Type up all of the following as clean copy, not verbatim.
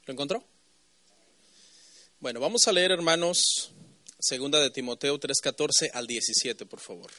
¿Lo encontró? Bueno, vamos a leer, hermanos, 2 de Timoteo 3:14 al 17, por favor.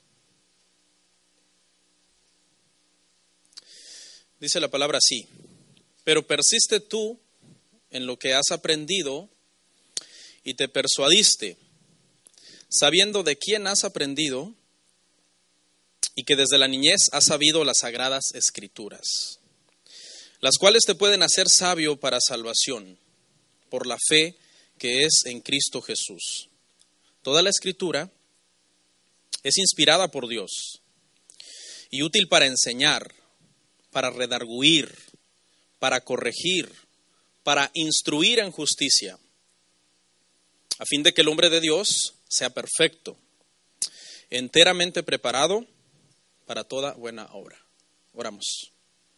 Dice la palabra así: pero persiste tú en lo que has aprendido y te persuadiste, sabiendo de quién has aprendido y que desde la niñez has sabido las sagradas escrituras, las cuales te pueden hacer sabio para salvación por la fe que es en Cristo Jesús. Toda la escritura es inspirada por Dios y útil para enseñar, para redarguir, para corregir, para instruir en justicia, a fin de que el hombre de Dios sea perfecto, enteramente preparado para toda buena obra. Oramos.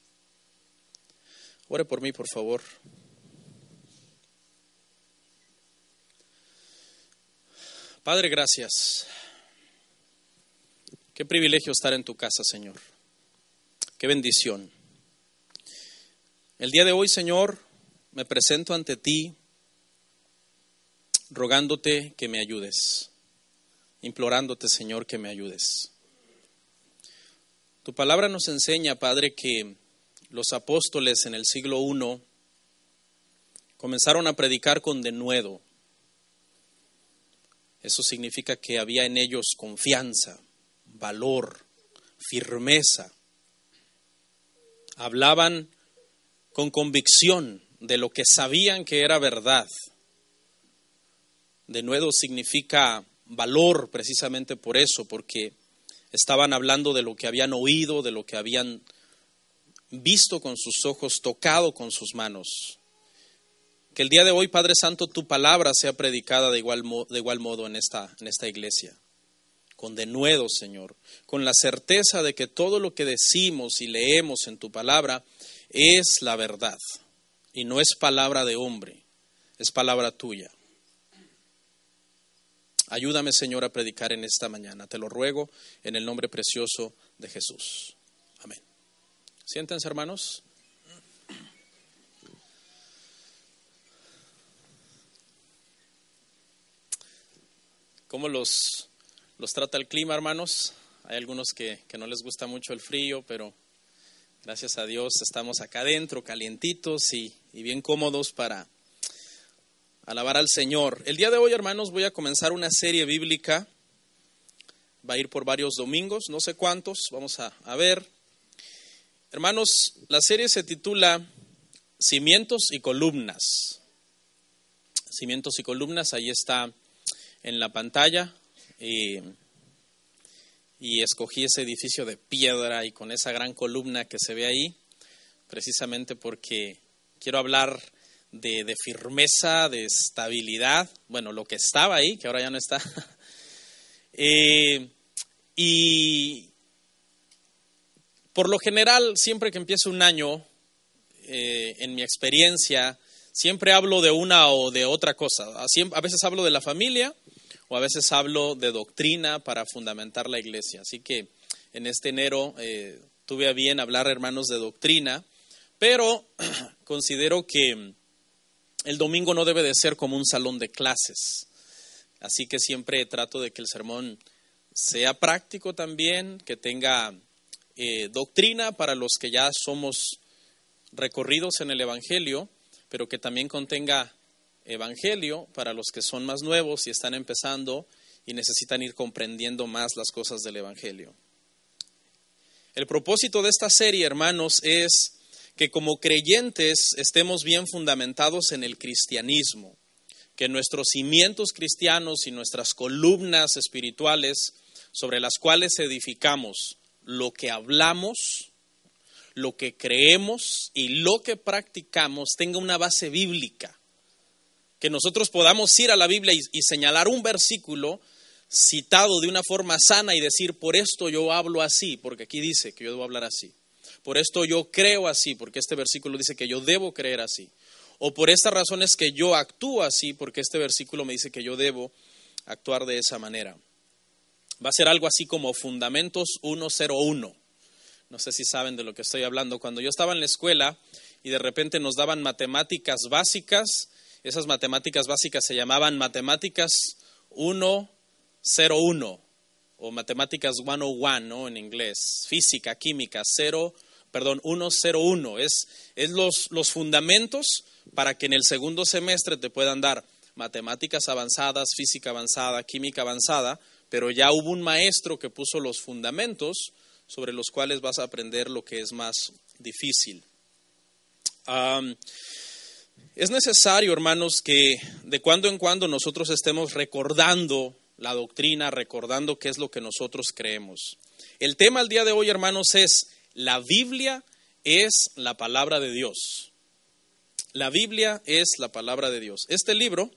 Ore por mí, por favor. Padre, gracias. Qué privilegio estar en tu casa, Señor. Qué bendición. El día de hoy, Señor, me presento ante ti rogándote que me ayudes, implorándote, Señor, que me ayudes. Tu palabra nos enseña, Padre, que los apóstoles en el siglo I comenzaron a predicar con denuedo. Eso significa que había en ellos confianza, valor, firmeza. Hablaban con convicción de lo que sabían que era verdad. Denuedo significa valor precisamente por eso, porque estaban hablando de lo que habían oído, de lo que habían visto con sus ojos, tocado con sus manos. Que el día de hoy, Padre Santo, tu palabra sea predicada de igual modo en esta iglesia. Con denuedo, Señor, con la certeza de que todo lo que decimos y leemos en tu palabra es la verdad. Y no es palabra de hombre, es palabra tuya. Ayúdame, Señor, a predicar en esta mañana. Te lo ruego en el nombre precioso de Jesús. Amén. Siéntense, hermanos. ¿Cómo los trata el clima, hermanos? Hay algunos que no les gusta mucho el frío, pero gracias a Dios estamos acá adentro, calientitos y bien cómodos para alabar al Señor. El día de hoy, hermanos, voy a comenzar una serie bíblica. Va a ir por varios domingos, no sé cuántos, vamos a ver. Hermanos, la serie se titula Cimientos y Columnas. Cimientos y Columnas, ahí está en la pantalla. Y escogí ese edificio de piedra y con esa gran columna que se ve ahí, precisamente porque quiero hablar de firmeza, de estabilidad, bueno, lo que estaba ahí, que ahora ya no está. Y por lo general, siempre que empieza un año, en mi experiencia, siempre hablo de una o de otra cosa. A veces hablo de la familia o a veces hablo de doctrina para fundamentar la iglesia. Así que en este enero tuve a bien hablar, hermanos, de doctrina, pero considero que el domingo no debe de ser como un salón de clases. Así que siempre trato de que el sermón sea práctico también, que tenga doctrina para los que ya somos recorridos en el Evangelio, pero que también contenga Evangelio para los que son más nuevos y están empezando y necesitan ir comprendiendo más las cosas del Evangelio. El propósito de esta serie, hermanos, es que como creyentes estemos bien fundamentados en el cristianismo, que nuestros cimientos cristianos y nuestras columnas espirituales sobre las cuales edificamos lo que hablamos, lo que creemos y lo que practicamos tenga una base bíblica. Que nosotros podamos ir a la Biblia y señalar un versículo citado de una forma sana y decir, por esto yo hablo así, porque aquí dice que yo debo hablar así. Por esto yo creo así, porque este versículo dice que yo debo creer así. O por esta razón es que yo actúo así, porque este versículo me dice que yo debo actuar de esa manera. Va a ser algo así como Fundamentos 101. No sé si saben de lo que estoy hablando. Cuando yo estaba en la escuela y de repente nos daban matemáticas básicas, esas matemáticas básicas se llamaban matemáticas 101 o matemáticas 101, ¿no? En inglés, física, química, 101. Es los fundamentos para que en el segundo semestre te puedan dar matemáticas avanzadas, física avanzada, química avanzada, pero ya hubo un maestro que puso los fundamentos sobre los cuales vas a aprender lo que es más difícil. Es necesario, hermanos, que de cuando en cuando nosotros estemos recordando la doctrina, recordando qué es lo que nosotros creemos. El tema el día de hoy, hermanos, es: la Biblia es la palabra de Dios. La Biblia es la palabra de Dios. Este libro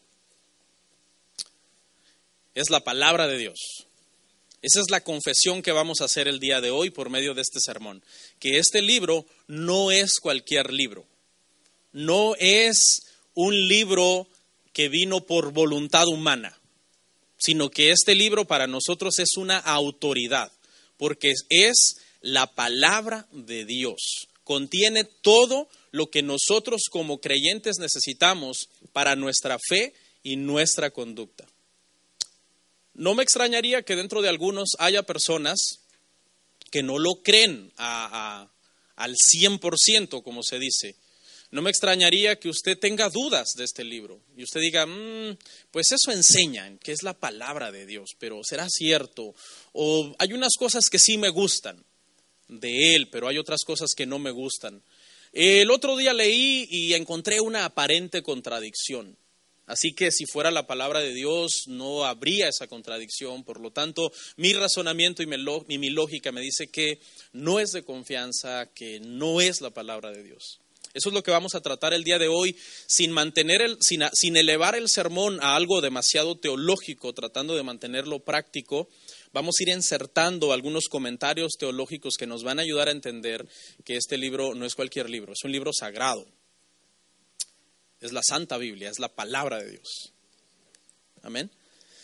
es la palabra de Dios. Esa es la confesión que vamos a hacer el día de hoy por medio de este sermón. Que este libro no es cualquier libro. No es un libro que vino por voluntad humana, sino que este libro para nosotros es una autoridad, porque es la palabra de Dios. Contiene todo lo que nosotros como creyentes necesitamos para nuestra fe y nuestra conducta. No me extrañaría que dentro de algunos haya personas que no lo creen al 100%, como se dice. No me extrañaría que usted tenga dudas de este libro y usted diga, pues eso enseña que es la palabra de Dios, pero ¿será cierto? O hay unas cosas que sí me gustan de él, pero hay otras cosas que no me gustan. El otro día leí y encontré una aparente contradicción. Así que si fuera la palabra de Dios no habría esa contradicción. Por lo tanto, mi razonamiento y mi lógica me dice que no es de confianza, que no es la palabra de Dios. Eso es lo que vamos a tratar el día de hoy, sin elevar el sermón a algo demasiado teológico, tratando de mantenerlo práctico. Vamos a ir insertando algunos comentarios teológicos que nos van a ayudar a entender que este libro no es cualquier libro, es un libro sagrado. Es la Santa Biblia, es la palabra de Dios. Amén.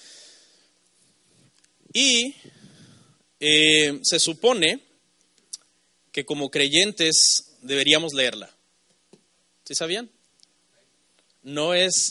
Y se supone que como creyentes deberíamos leerla. ¿Sí sabían? No es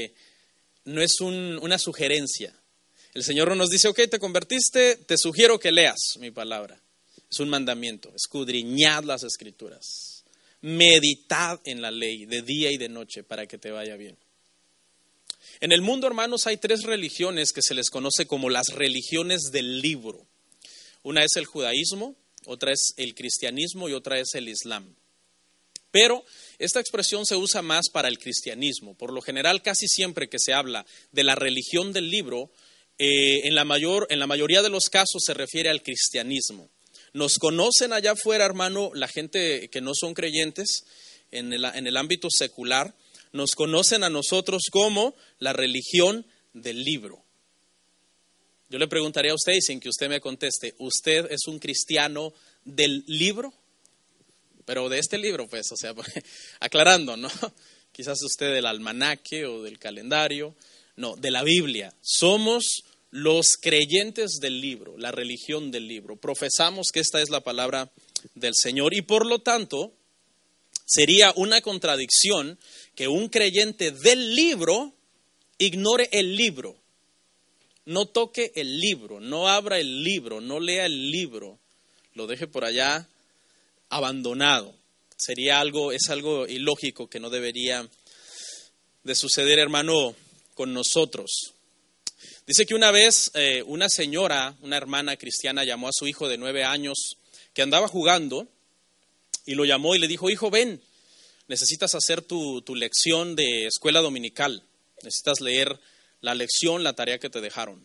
una sugerencia. El Señor no nos dice, ok, te convertiste, te sugiero que leas mi palabra. Es un mandamiento, escudriñad las Escrituras. Meditad en la ley de día y de noche para que te vaya bien. En el mundo, hermanos, hay 3 religiones que se les conoce como las religiones del libro. Una es el judaísmo, otra es el cristianismo y otra es el islam. Pero esta expresión se usa más para el cristianismo. Por lo general, casi siempre que se habla de la religión del libro, en la mayoría de los casos se refiere al cristianismo. Nos conocen allá afuera, hermano, la gente que no son creyentes en el ámbito secular, nos conocen a nosotros como la religión del libro. Yo le preguntaría a usted y sin que usted me conteste, ¿usted es un cristiano del libro? Pero de este libro, pues, o sea, aclarando, ¿no? Quizás usted del almanaque o del calendario, no, de la Biblia. Somos los creyentes del libro, la religión del libro. Profesamos que esta es la palabra del Señor y por lo tanto sería una contradicción que un creyente del libro ignore el libro, no toque el libro, no abra el libro, no lea el libro, lo deje por allá abandonado. Es algo ilógico que no debería de suceder, hermano, con nosotros. Dice que una vez una señora, una hermana cristiana, llamó a su hijo de 9 años que andaba jugando y lo llamó y le dijo, hijo, ven, necesitas hacer tu lección de escuela dominical, necesitas leer la lección, la tarea que te dejaron.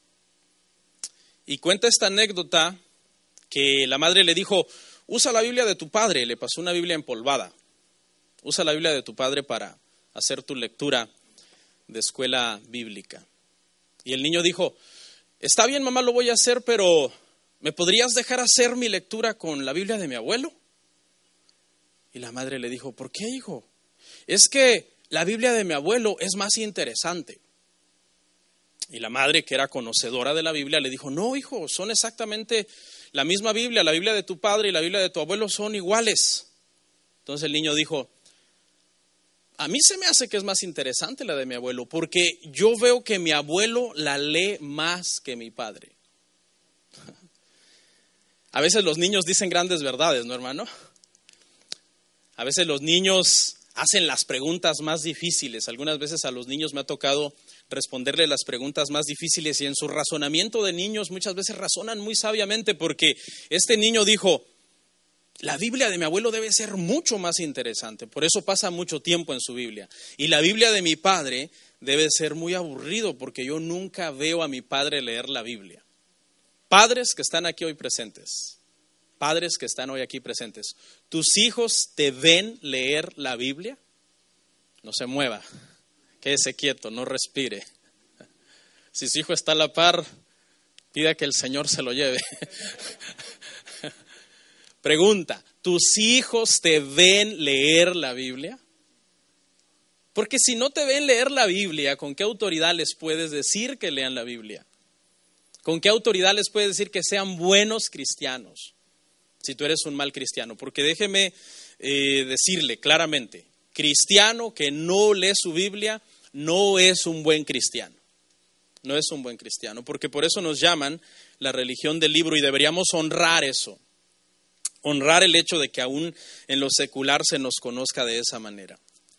Y cuenta esta anécdota que la madre le dijo, usa la Biblia de tu padre, le pasó una Biblia empolvada, usa la Biblia de tu padre para hacer tu lectura de escuela bíblica. Y el niño dijo, está bien mamá, lo voy a hacer, pero ¿me podrías dejar hacer mi lectura con la Biblia de mi abuelo? Y la madre le dijo, ¿por qué, hijo? Es que la Biblia de mi abuelo es más interesante. Y la madre, que era conocedora de la Biblia, le dijo, no, hijo, son exactamente la misma Biblia, la Biblia de tu padre y la Biblia de tu abuelo son iguales. Entonces el niño dijo, a mí se me hace que es más interesante la de mi abuelo, porque yo veo que mi abuelo la lee más que mi padre. A veces los niños dicen grandes verdades, ¿no, hermano? A veces los niños hacen las preguntas más difíciles. Algunas veces a los niños me ha tocado responderle las preguntas más difíciles y en su razonamiento de niños muchas veces razonan muy sabiamente, porque este niño dijo, la Biblia de mi abuelo debe ser mucho más interesante, por eso pasa mucho tiempo en su Biblia. Y la Biblia de mi padre debe ser muy aburrido, porque yo nunca veo a mi padre leer la Biblia. Padres que están aquí hoy presentes, padres que están hoy aquí presentes, ¿tus hijos te ven leer la Biblia? No se mueva, quédese quieto, no respire. Si su hijo está a la par, pida que el Señor se lo lleve. Pregunta, ¿tus hijos te ven leer la Biblia? Porque si no te ven leer la Biblia, ¿con qué autoridad les puedes decir que lean la Biblia? ¿Con qué autoridad les puedes decir que sean buenos cristianos? Si tú eres un mal cristiano, porque déjeme decirle claramente, cristiano que no lee su Biblia no es un buen cristiano. No es un buen cristiano, porque por eso nos llaman la religión del libro y deberíamos honrar eso. Honrar el hecho de que aún en lo secular se nos conozca de esa manera.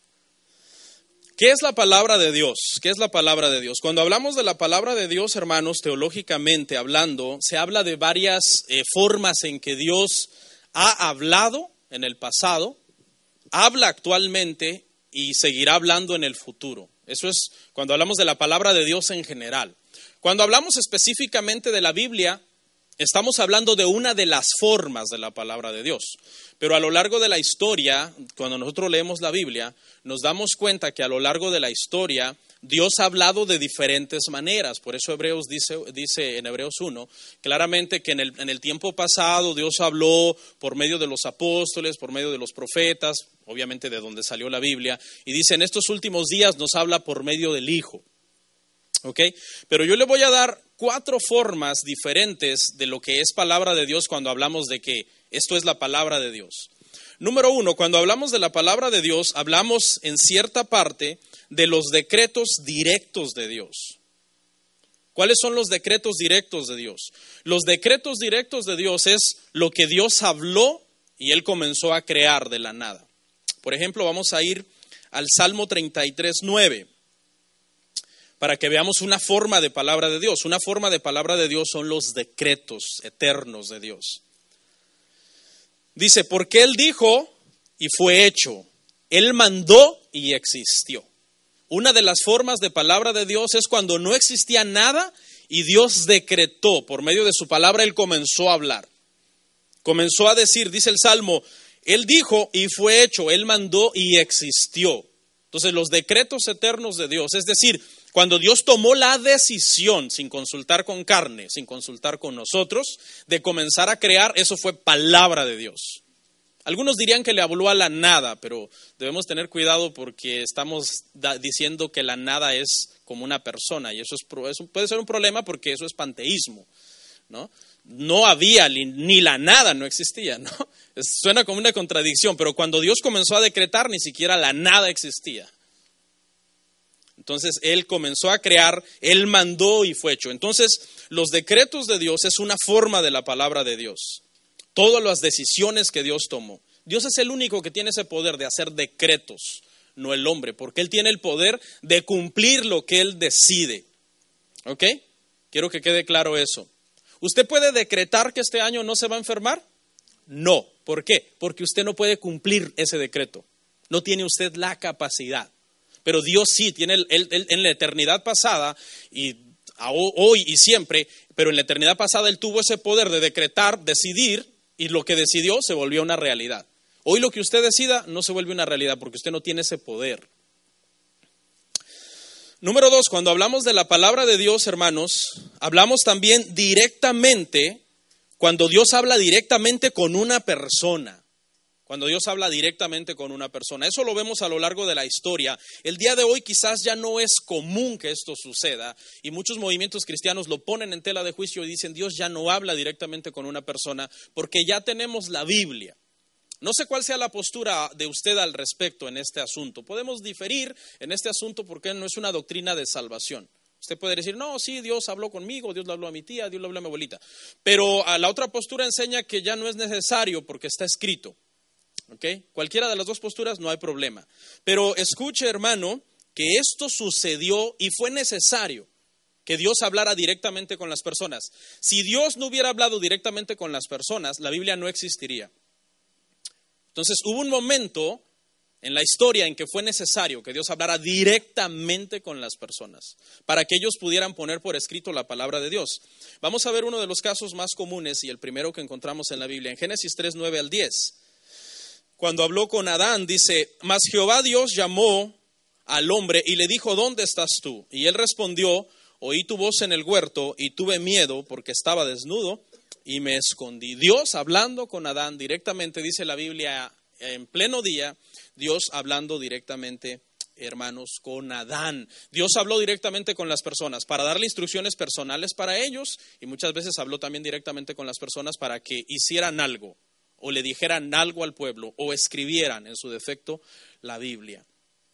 ¿Qué es la palabra de Dios? ¿Qué es la palabra de Dios? Cuando hablamos de la palabra de Dios, hermanos, teológicamente hablando, se habla de varias formas en que Dios ha hablado en el pasado, habla actualmente y seguirá hablando en el futuro. Eso es cuando hablamos de la palabra de Dios en general. Cuando hablamos específicamente de la Biblia, estamos hablando de una de las formas de la palabra de Dios. Pero a lo largo de la historia, cuando nosotros leemos la Biblia, nos damos cuenta que a lo largo de la historia, Dios ha hablado de diferentes maneras. Por eso Hebreos dice en Hebreos 1, claramente que en el tiempo pasado Dios habló por medio de los apóstoles, por medio de los profetas, obviamente de donde salió la Biblia. Y dice, en estos últimos días nos habla por medio del Hijo. ¿Ok? Pero yo le voy a dar 4 formas diferentes de lo que es palabra de Dios cuando hablamos de que esto es la palabra de Dios. Número 1, cuando hablamos de la palabra de Dios, hablamos en cierta parte de los decretos directos de Dios. ¿Cuáles son los decretos directos de Dios? Los decretos directos de Dios es lo que Dios habló y Él comenzó a crear de la nada. Por ejemplo, vamos a ir al Salmo 33:9. Para que veamos una forma de palabra de Dios. Una forma de palabra de Dios son los decretos eternos de Dios. Dice, porque Él dijo y fue hecho. Él mandó y existió. Una de las formas de palabra de Dios es cuando no existía nada y Dios decretó. Por medio de su palabra Él comenzó a hablar. Comenzó a decir, dice el Salmo, Él dijo y fue hecho. Él mandó y existió. Entonces los decretos eternos de Dios, es decir, cuando Dios tomó la decisión, sin consultar con carne, sin consultar con nosotros, de comenzar a crear, eso fue palabra de Dios. Algunos dirían que le habló a la nada, pero debemos tener cuidado porque estamos diciendo que la nada es como una persona, y eso puede ser un problema porque eso es panteísmo, ¿no? No había, ni la nada no existía, ¿no? Suena como una contradicción, pero cuando Dios comenzó a decretar, ni siquiera la nada existía. Entonces Él comenzó a crear, Él mandó y fue hecho. Entonces los decretos de Dios es una forma de la palabra de Dios. Todas las decisiones que Dios tomó. Dios es el único que tiene ese poder de hacer decretos, no el hombre, porque Él tiene el poder de cumplir lo que Él decide. ¿Ok? Quiero que quede claro eso. ¿Usted puede decretar que este año no se va a enfermar? No. ¿Por qué? Porque usted no puede cumplir ese decreto. No tiene usted la capacidad. Pero Dios sí tiene él en la eternidad pasada y hoy y siempre, pero en la eternidad pasada Él tuvo ese poder de decretar, decidir, y lo que decidió se volvió una realidad. Hoy lo que usted decida no se vuelve una realidad porque usted no tiene ese poder. Número 2, cuando hablamos de la palabra de Dios, hermanos, hablamos también directamente, cuando Dios habla directamente con una persona. cuando Dios habla directamente con una persona. Eso lo vemos a lo largo de la historia. El día de hoy quizás ya no es común que esto suceda y muchos movimientos cristianos lo ponen en tela de juicio y dicen Dios ya no habla directamente con una persona porque ya tenemos la Biblia. No sé cuál sea la postura de usted al respecto en este asunto. Podemos diferir en este asunto porque no es una doctrina de salvación. Usted puede decir, no, sí, Dios habló conmigo, Dios le habló a mi tía, Dios le habló a mi abuelita. Pero a la otra postura enseña que ya no es necesario porque está escrito. ¿Okay? Cualquiera de las dos posturas no hay problema. Pero escuche, hermano, que esto sucedió y fue necesario que Dios hablara directamente con las personas. Si Dios no hubiera hablado directamente con las personas, la Biblia no existiría. Entonces hubo un momento en la historia en que fue necesario que Dios hablara directamente con las personas para que ellos pudieran poner por escrito la palabra de Dios. Vamos a ver uno de los casos más comunes y el primero que encontramos en la Biblia, en Génesis 3, 9 al 10. Cuando habló con Adán, dice, mas Jehová Dios llamó al hombre y le dijo, ¿dónde estás tú? Y él respondió, oí tu voz en el huerto y tuve miedo porque estaba desnudo y me escondí. Dios hablando con Adán directamente, dice la Biblia, en pleno día, Dios hablando directamente, hermanos, con Adán. Dios habló directamente con las personas para darle instrucciones personales para ellos y muchas veces habló también directamente con las personas para que hicieran algo o le dijeran algo al pueblo o escribieran, en su defecto, la Biblia.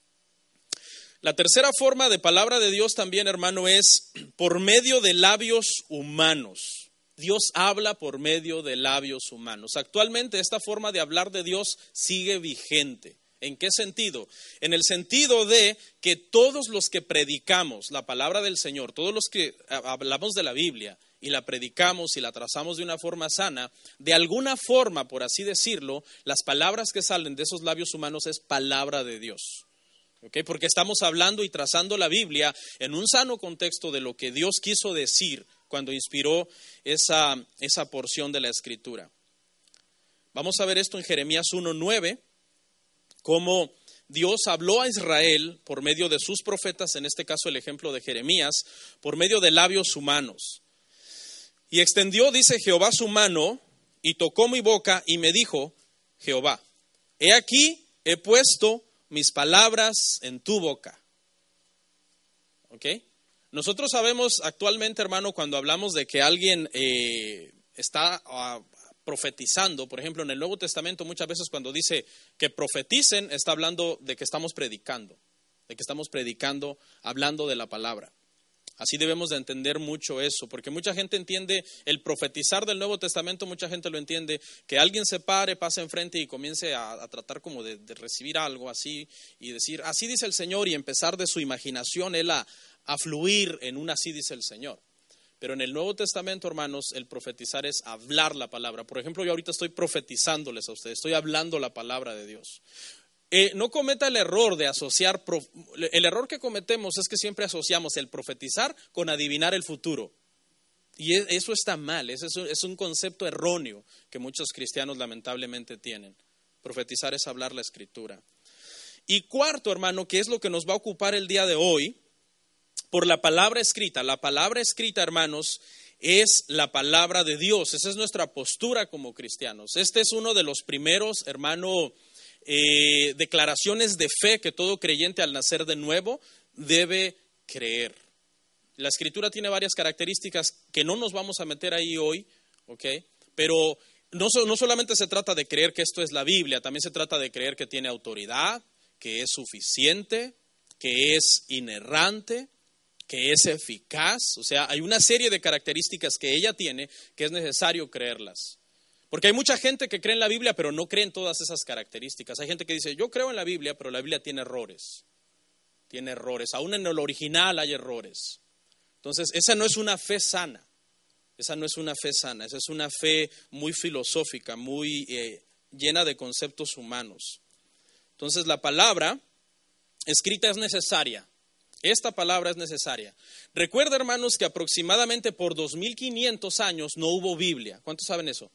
La tercera forma de palabra de Dios también, hermano, es por medio de labios humanos. Dios habla por medio de labios humanos. Actualmente esta forma de hablar de Dios sigue vigente. ¿En qué sentido? En el sentido de que todos los que predicamos la palabra del Señor, todos los que hablamos de la Biblia y la predicamos y la trazamos de una forma sana, de alguna forma, por así decirlo, las palabras que salen de esos labios humanos es palabra de Dios. ¿Okay? Porque estamos hablando y trazando la Biblia en un sano contexto de lo que Dios quiso decir cuando inspiró esa porción de la Escritura. Vamos a ver esto en Jeremías 1:9, cómo Dios habló a Israel por medio de sus profetas, en este caso el ejemplo de Jeremías, por medio de labios humanos. Y extendió, dice Jehová, su mano y tocó mi boca y me dijo, Jehová, he aquí, he puesto mis palabras en tu boca. ¿Ok? Nosotros sabemos actualmente, hermano, cuando hablamos de que alguien está profetizando, por ejemplo, en el Nuevo Testamento muchas veces cuando dice que profeticen, está hablando de que estamos predicando, hablando de la palabra. Así debemos de entender mucho eso, porque mucha gente entiende el profetizar del Nuevo Testamento, mucha gente lo entiende, que alguien se pare, pase enfrente y comience a tratar como de recibir algo así y decir, así dice el Señor, y empezar de su imaginación él a fluir en un así dice el Señor. Pero en el Nuevo Testamento, hermanos, el profetizar es hablar la palabra. Por ejemplo, yo ahorita estoy profetizándoles a ustedes, estoy hablando la palabra de Dios. No cometa el error de asociar, el error que cometemos es que siempre asociamos el profetizar con adivinar el futuro. Y eso está mal, es un concepto erróneo que muchos cristianos lamentablemente tienen. Profetizar es hablar la Escritura. Y cuarto, hermano, que es lo que nos va a ocupar el día de hoy, por la palabra escrita. La palabra escrita, hermanos, es la palabra de Dios. Esa es nuestra postura como cristianos. Este es uno de los primeros, hermano, declaraciones de fe que todo creyente al nacer de nuevo debe creer. La Escritura tiene varias características que no nos vamos a meter ahí hoy, ¿okay? Pero no solamente se trata de creer que esto es la Biblia, también se trata de creer que tiene autoridad, que es suficiente, que es inerrante, que es eficaz. O sea, hay una serie de características que ella tiene que es necesario creerlas. Porque hay mucha gente que cree en la Biblia, pero no cree en todas esas características. Hay gente que dice, yo creo en la Biblia, pero la Biblia tiene errores. Tiene errores. Aún en el original hay errores. Entonces, esa no es una fe sana. Esa no es una fe sana. Esa es una fe muy filosófica, muy llena de conceptos humanos. Entonces, la palabra escrita es necesaria. Esta palabra es necesaria. Recuerda, hermanos, que aproximadamente por 2500 años no hubo Biblia. ¿Cuántos saben eso?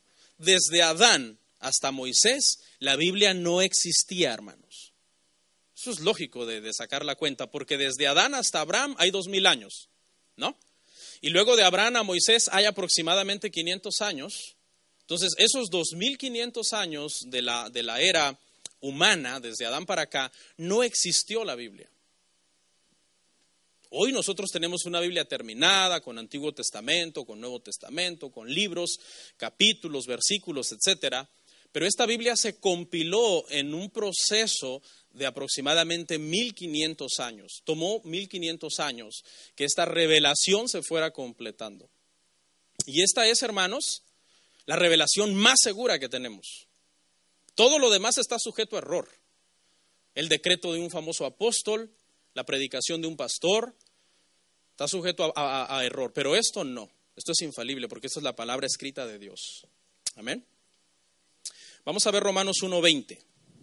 Desde Adán hasta Moisés, la Biblia no existía, hermanos. Eso es lógico de sacar la cuenta, porque desde Adán hasta Abraham hay 2000 años, ¿no? Y luego de Abraham a Moisés hay aproximadamente 500 años. Entonces, esos 2500 años de la era humana, desde Adán para acá, no existió la Biblia. Hoy nosotros tenemos una Biblia terminada, con Antiguo Testamento, con Nuevo Testamento, con libros, capítulos, versículos, etcétera. Pero esta Biblia se compiló en un proceso de aproximadamente 1500 años. Tomó 1500 años que esta revelación se fuera completando. Y esta es, hermanos, la revelación más segura que tenemos. Todo lo demás está sujeto a error. El decreto de un famoso apóstol, la predicación de un pastor, está sujeto a error. Pero esto no, esto es infalible porque esta es la palabra escrita de Dios. Amén. Vamos a ver Romanos 1:20.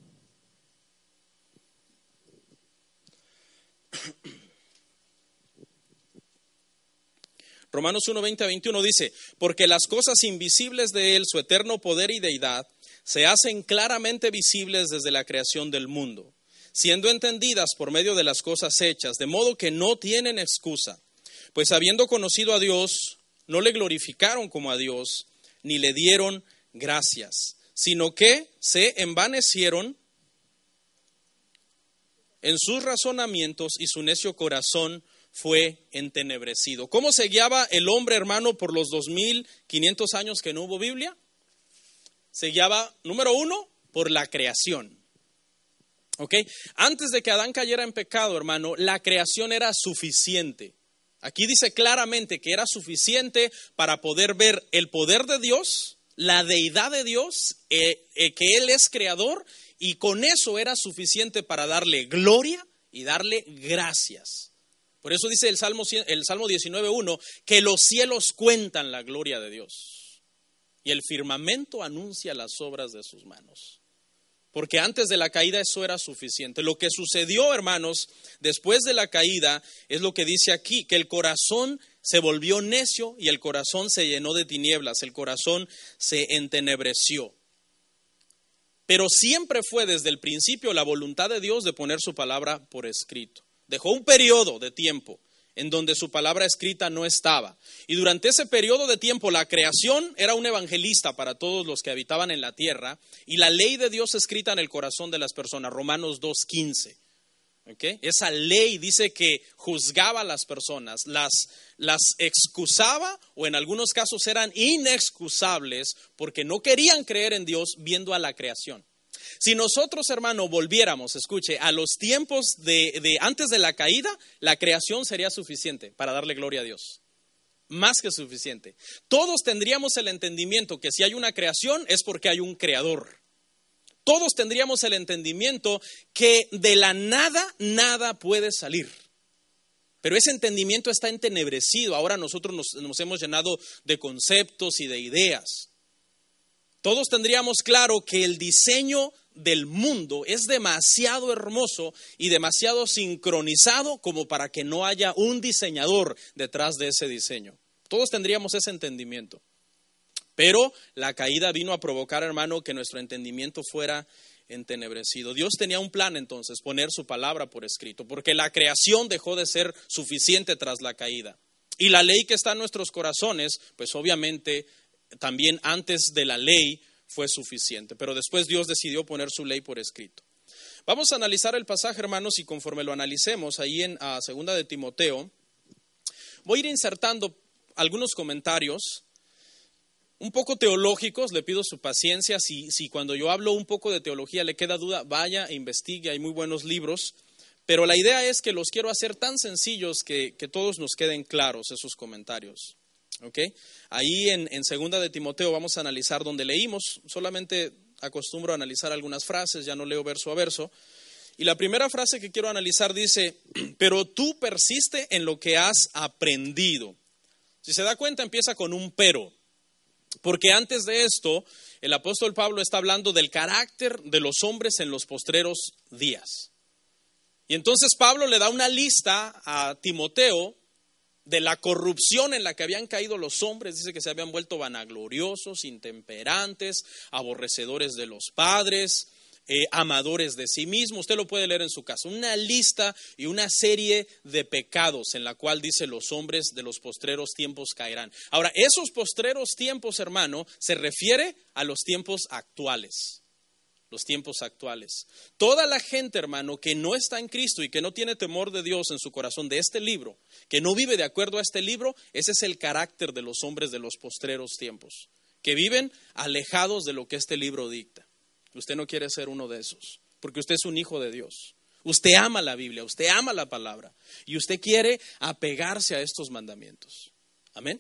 Romanos 1:20 a 21 dice, porque las cosas invisibles de Él, su eterno poder y deidad, se hacen claramente visibles desde la creación del mundo, siendo entendidas por medio de las cosas hechas, de modo que no tienen excusa. Pues habiendo conocido a Dios, no le glorificaron como a Dios, ni le dieron gracias, sino que se envanecieron en sus razonamientos y su necio corazón fue entenebrecido. ¿Cómo se guiaba el hombre, hermano, por los 2500 años que no hubo Biblia? Se guiaba, número uno, por la creación. ¿Ok? Antes de que Adán cayera en pecado, hermano, la creación era suficiente. Aquí dice claramente que era suficiente para poder ver el poder de Dios, la deidad de Dios, que Él es creador, y con eso era suficiente para darle gloria y darle gracias. Por eso dice el Salmo 19:1 que los cielos cuentan la gloria de Dios y el firmamento anuncia las obras de sus manos. Porque antes de la caída eso era suficiente. Lo que sucedió, hermanos, después de la caída es lo que dice aquí, que el corazón se volvió necio y el corazón se llenó de tinieblas, el corazón se entenebreció. Pero siempre fue desde el principio la voluntad de Dios de poner su palabra por escrito. Dejó un periodo de tiempo en donde su palabra escrita no estaba. Y durante ese periodo de tiempo la creación era un evangelista para todos los que habitaban en la tierra y la ley de Dios escrita en el corazón de las personas, Romanos 2:15. ¿Okay? Esa ley dice que juzgaba a las personas, las excusaba o en algunos casos eran inexcusables porque no querían creer en Dios viendo a la creación. Si nosotros, hermano, volviéramos, escuche, a los tiempos de antes de la caída, la creación sería suficiente para darle gloria a Dios. Más que suficiente. Todos tendríamos el entendimiento que si hay una creación es porque hay un creador. Todos tendríamos el entendimiento que de la nada puede salir. Pero ese entendimiento está entenebrecido. Ahora nosotros nos hemos llenado de conceptos y de ideas. Todos tendríamos claro que el diseño del mundo es demasiado hermoso y demasiado sincronizado como para que no haya un diseñador detrás de ese diseño. Todos tendríamos ese entendimiento. Pero la caída vino a provocar, hermano, que nuestro entendimiento fuera entenebrecido. Dios tenía un plan entonces, poner su palabra por escrito, porque la creación dejó de ser suficiente tras la caída. Y la ley que está en nuestros corazones, pues obviamente también antes de la ley fue suficiente, pero después Dios decidió poner su ley por escrito. Vamos a analizar el pasaje, hermanos, y conforme lo analicemos ahí en 2 de Timoteo, voy a ir insertando algunos comentarios un poco teológicos. Le pido su paciencia, si cuando yo hablo un poco de teología le queda duda, vaya e investigue, hay muy buenos libros, pero la idea es que los quiero hacer tan sencillos que todos nos queden claros esos comentarios. Okay. Ahí en 2 de Timoteo vamos a analizar donde leímos, solamente acostumbro a analizar algunas frases, ya no leo verso a verso. Y la primera frase que quiero analizar dice, pero tú persiste en lo que has aprendido. Si se da cuenta empieza con un pero, porque antes de esto el apóstol Pablo está hablando del carácter de los hombres en los postreros días. Y entonces Pablo le da una lista a Timoteo de la corrupción en la que habían caído los hombres. Dice que se habían vuelto vanagloriosos, intemperantes, aborrecedores de los padres, amadores de sí mismos. Usted lo puede leer en su casa. Una lista y una serie de pecados en la cual dice los hombres de los postreros tiempos caerán. Ahora, esos postreros tiempos, hermano, se refiere a los tiempos actuales. Los tiempos actuales. Toda la gente, hermano, que no está en Cristo y que no tiene temor de Dios en su corazón de este libro, que no vive de acuerdo a este libro, ese es el carácter de los hombres de los postreros tiempos, que viven alejados de lo que este libro dicta. Usted no quiere ser uno de esos, porque usted es un hijo de Dios. Usted ama la Biblia, usted ama la palabra y usted quiere apegarse a estos mandamientos. Amén.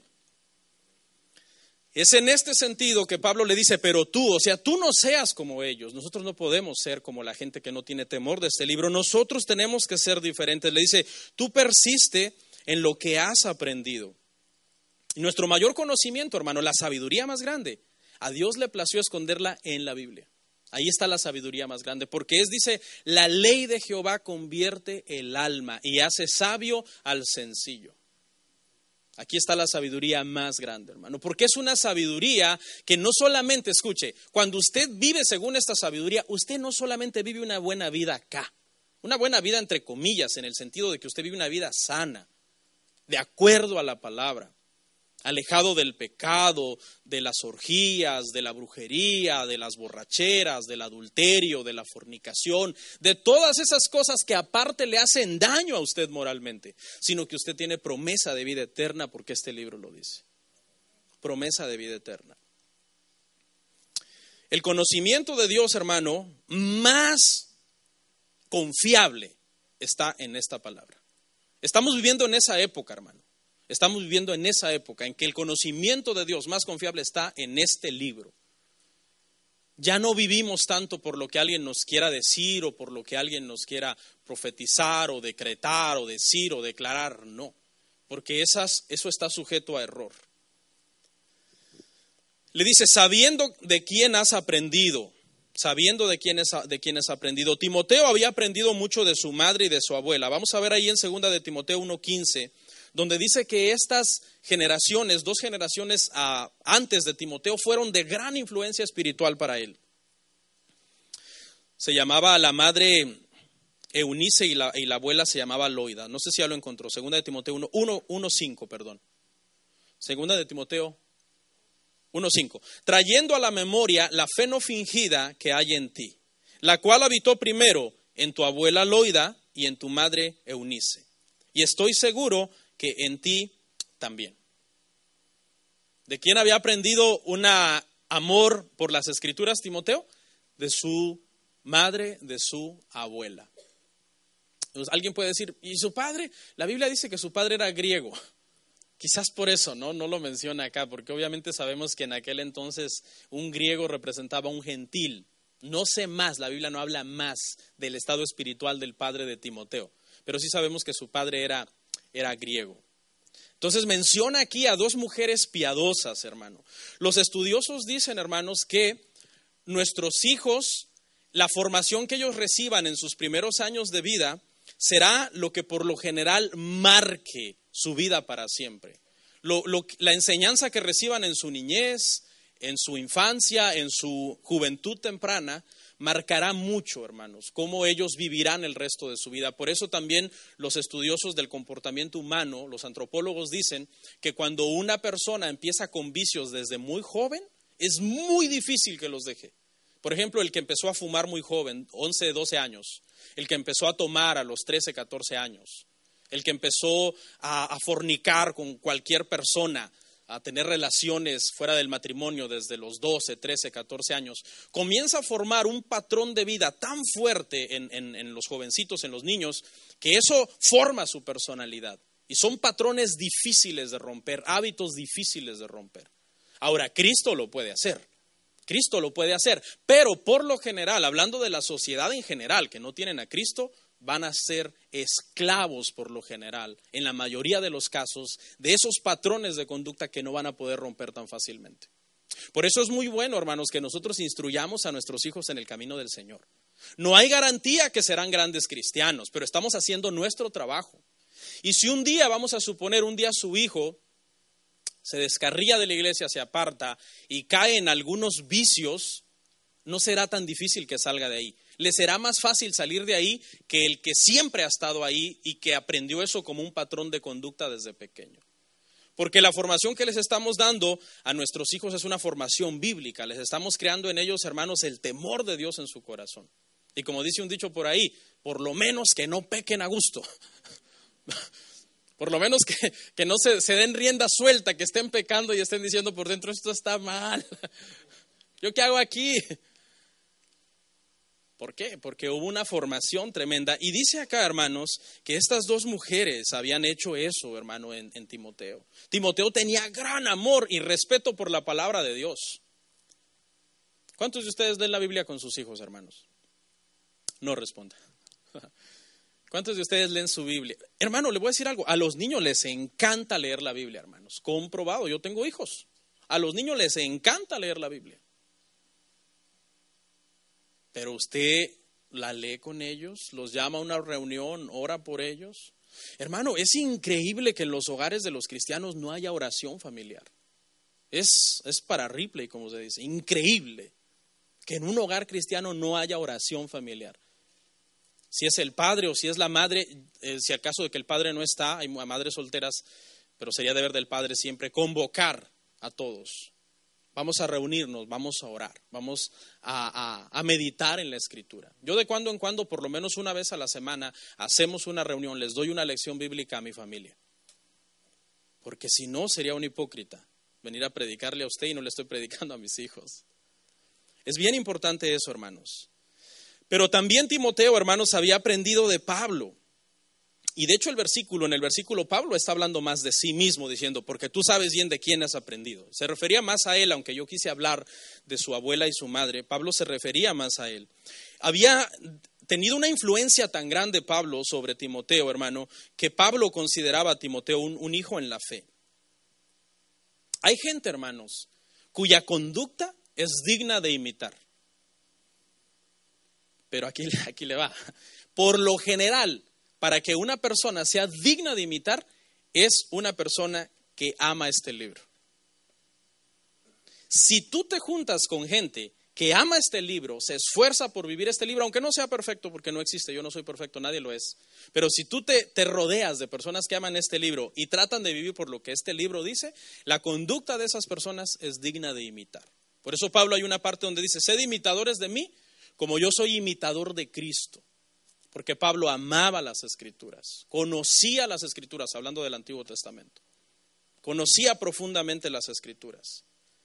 Es en este sentido que Pablo le dice, pero tú, o sea, tú no seas como ellos. Nosotros no podemos ser como la gente que no tiene temor de este libro. Nosotros tenemos que ser diferentes. Le dice, tú persiste en lo que has aprendido. Y nuestro mayor conocimiento, hermano, la sabiduría más grande, a Dios le plació esconderla en la Biblia. Ahí está la sabiduría más grande, porque dice, la ley de Jehová convierte el alma y hace sabio al sencillo. Aquí está la sabiduría más grande, hermano, porque es una sabiduría que no solamente, escuche, cuando usted vive según esta sabiduría, usted no solamente vive una buena vida acá, una buena vida entre comillas, en el sentido de que usted vive una vida sana, de acuerdo a la palabra, alejado del pecado, de las orgías, de la brujería, de las borracheras, del adulterio, de la fornicación, de todas esas cosas que aparte le hacen daño a usted moralmente, sino que usted tiene promesa de vida eterna porque este libro lo dice. Promesa de vida eterna. El conocimiento de Dios, hermano, más confiable está en esta palabra. Estamos viviendo en esa época, hermano. Estamos viviendo en esa época en que el conocimiento de Dios más confiable está en este libro. Ya no vivimos tanto por lo que alguien nos quiera decir o por lo que alguien nos quiera profetizar o decretar o decir o declarar, no, porque eso está sujeto a error. Le dice, sabiendo de quién has aprendido, Timoteo había aprendido mucho de su madre y de su abuela. Vamos a ver ahí en 2 de Timoteo 1:15, donde dice que estas generaciones, 2 generaciones antes de Timoteo, fueron de gran influencia espiritual para él. Se llamaba la madre Eunice y la abuela se llamaba Loida. No sé si ya lo encontró. 2 de Timoteo 1:5, perdón. 2 de Timoteo 1:5. Trayendo a la memoria la fe no fingida que hay en ti, la cual habitó primero en tu abuela Loida y en tu madre Eunice. Y estoy seguro que en ti también. ¿De quién había aprendido un amor por las Escrituras, Timoteo? De su madre, de su abuela. Entonces, alguien puede decir, ¿y su padre? La Biblia dice que su padre era griego. Quizás por eso no lo menciona acá, porque obviamente sabemos que en aquel entonces un griego representaba a un gentil. No sé más, la Biblia no habla más del estado espiritual del padre de Timoteo, pero sí sabemos que su padre era griego. Entonces menciona aquí a 2 mujeres piadosas, hermano. Los estudiosos dicen, hermanos, que nuestros hijos, la formación que ellos reciban en sus primeros años de vida, será lo que por lo general marque su vida para siempre. La enseñanza que reciban en su niñez, en su infancia, en su juventud temprana, marcará mucho, hermanos, cómo ellos vivirán el resto de su vida. Por eso también los estudiosos del comportamiento humano, los antropólogos dicen que cuando una persona empieza con vicios desde muy joven, es muy difícil que los deje. Por ejemplo, el que empezó a fumar muy joven, 11, 12 años, el que empezó a tomar a los 13, 14 años, el que empezó a fornicar con cualquier persona, a tener relaciones fuera del matrimonio desde los 12, 13, 14 años, comienza a formar un patrón de vida tan fuerte en los jovencitos, en los niños, que eso forma su personalidad. Y son patrones difíciles de romper, hábitos difíciles de romper. Ahora, Cristo lo puede hacer. Cristo lo puede hacer, pero por lo general, hablando de la sociedad en general, que no tienen a Cristo, van a ser esclavos por lo general, en la mayoría de los casos, de esos patrones de conducta que no van a poder romper tan fácilmente. Por eso es muy bueno, hermanos, que nosotros instruyamos a nuestros hijos en el camino del Señor. No hay garantía que serán grandes cristianos, pero estamos haciendo nuestro trabajo. Y si un día, vamos a suponer, un día su hijo se descarría de la iglesia, se aparta y cae en algunos vicios, no será tan difícil que salga de ahí. Le será más fácil salir de ahí que el que siempre ha estado ahí y que aprendió eso como un patrón de conducta desde pequeño. Porque la formación que les estamos dando a nuestros hijos es una formación bíblica. Les estamos creando en ellos, hermanos, el temor de Dios en su corazón. Y como dice un dicho por ahí, por lo menos que no pequen a gusto. Por lo menos que no se den rienda suelta, que estén pecando y estén diciendo por dentro, esto está mal. ¿Yo qué hago aquí? ¿Por qué? Porque hubo una formación tremenda. Y dice acá, hermanos, que estas dos mujeres habían hecho eso, hermano, en Timoteo. Timoteo tenía gran amor y respeto por la palabra de Dios. ¿Cuántos de ustedes leen la Biblia con sus hijos, hermanos? No responda. ¿Cuántos de ustedes leen su Biblia? Hermano, le voy a decir algo. A los niños les encanta leer la Biblia, hermanos. Comprobado, yo tengo hijos. A los niños les encanta leer la Biblia. Pero usted la lee con ellos, los llama a una reunión, ora por ellos. Hermano, es increíble que en los hogares de los cristianos no haya oración familiar. Es para Ripley, como se dice. Increíble que en un hogar cristiano no haya oración familiar. Si es el padre o si es la madre, si acaso de que el padre no está, hay madres solteras, pero sería deber del padre siempre convocar a todos. Vamos a reunirnos, vamos a orar, vamos a meditar en la Escritura. Yo de cuando en cuando, por lo menos una vez a la semana, hacemos una reunión, les doy una lección bíblica a mi familia. Porque si no, sería un hipócrita venir a predicarle a usted y no le estoy predicando a mis hijos. Es bien importante eso, hermanos. Pero también Timoteo, hermanos, había aprendido de Pablo. Y de hecho en el versículo Pablo está hablando más de sí mismo, diciendo, porque tú sabes bien de quién has aprendido. Se refería más a él, aunque yo quise hablar de su abuela y su madre, Pablo se refería más a él. Había tenido una influencia tan grande Pablo sobre Timoteo, hermano, que Pablo consideraba a Timoteo un hijo en la fe. Hay gente, hermanos, cuya conducta es digna de imitar. Pero aquí le va. Por lo general, para que una persona sea digna de imitar, es una persona que ama este libro. Si tú te juntas con gente que ama este libro, se esfuerza por vivir este libro, aunque no sea perfecto, porque no existe, yo no soy perfecto, nadie lo es. Pero si tú te rodeas de personas que aman este libro y tratan de vivir por lo que este libro dice, la conducta de esas personas es digna de imitar. Por eso Pablo hay una parte donde dice, sed imitadores de mí, como yo soy imitador de Cristo. Porque Pablo amaba las Escrituras, conocía las Escrituras, hablando del Antiguo Testamento. Conocía profundamente las Escrituras.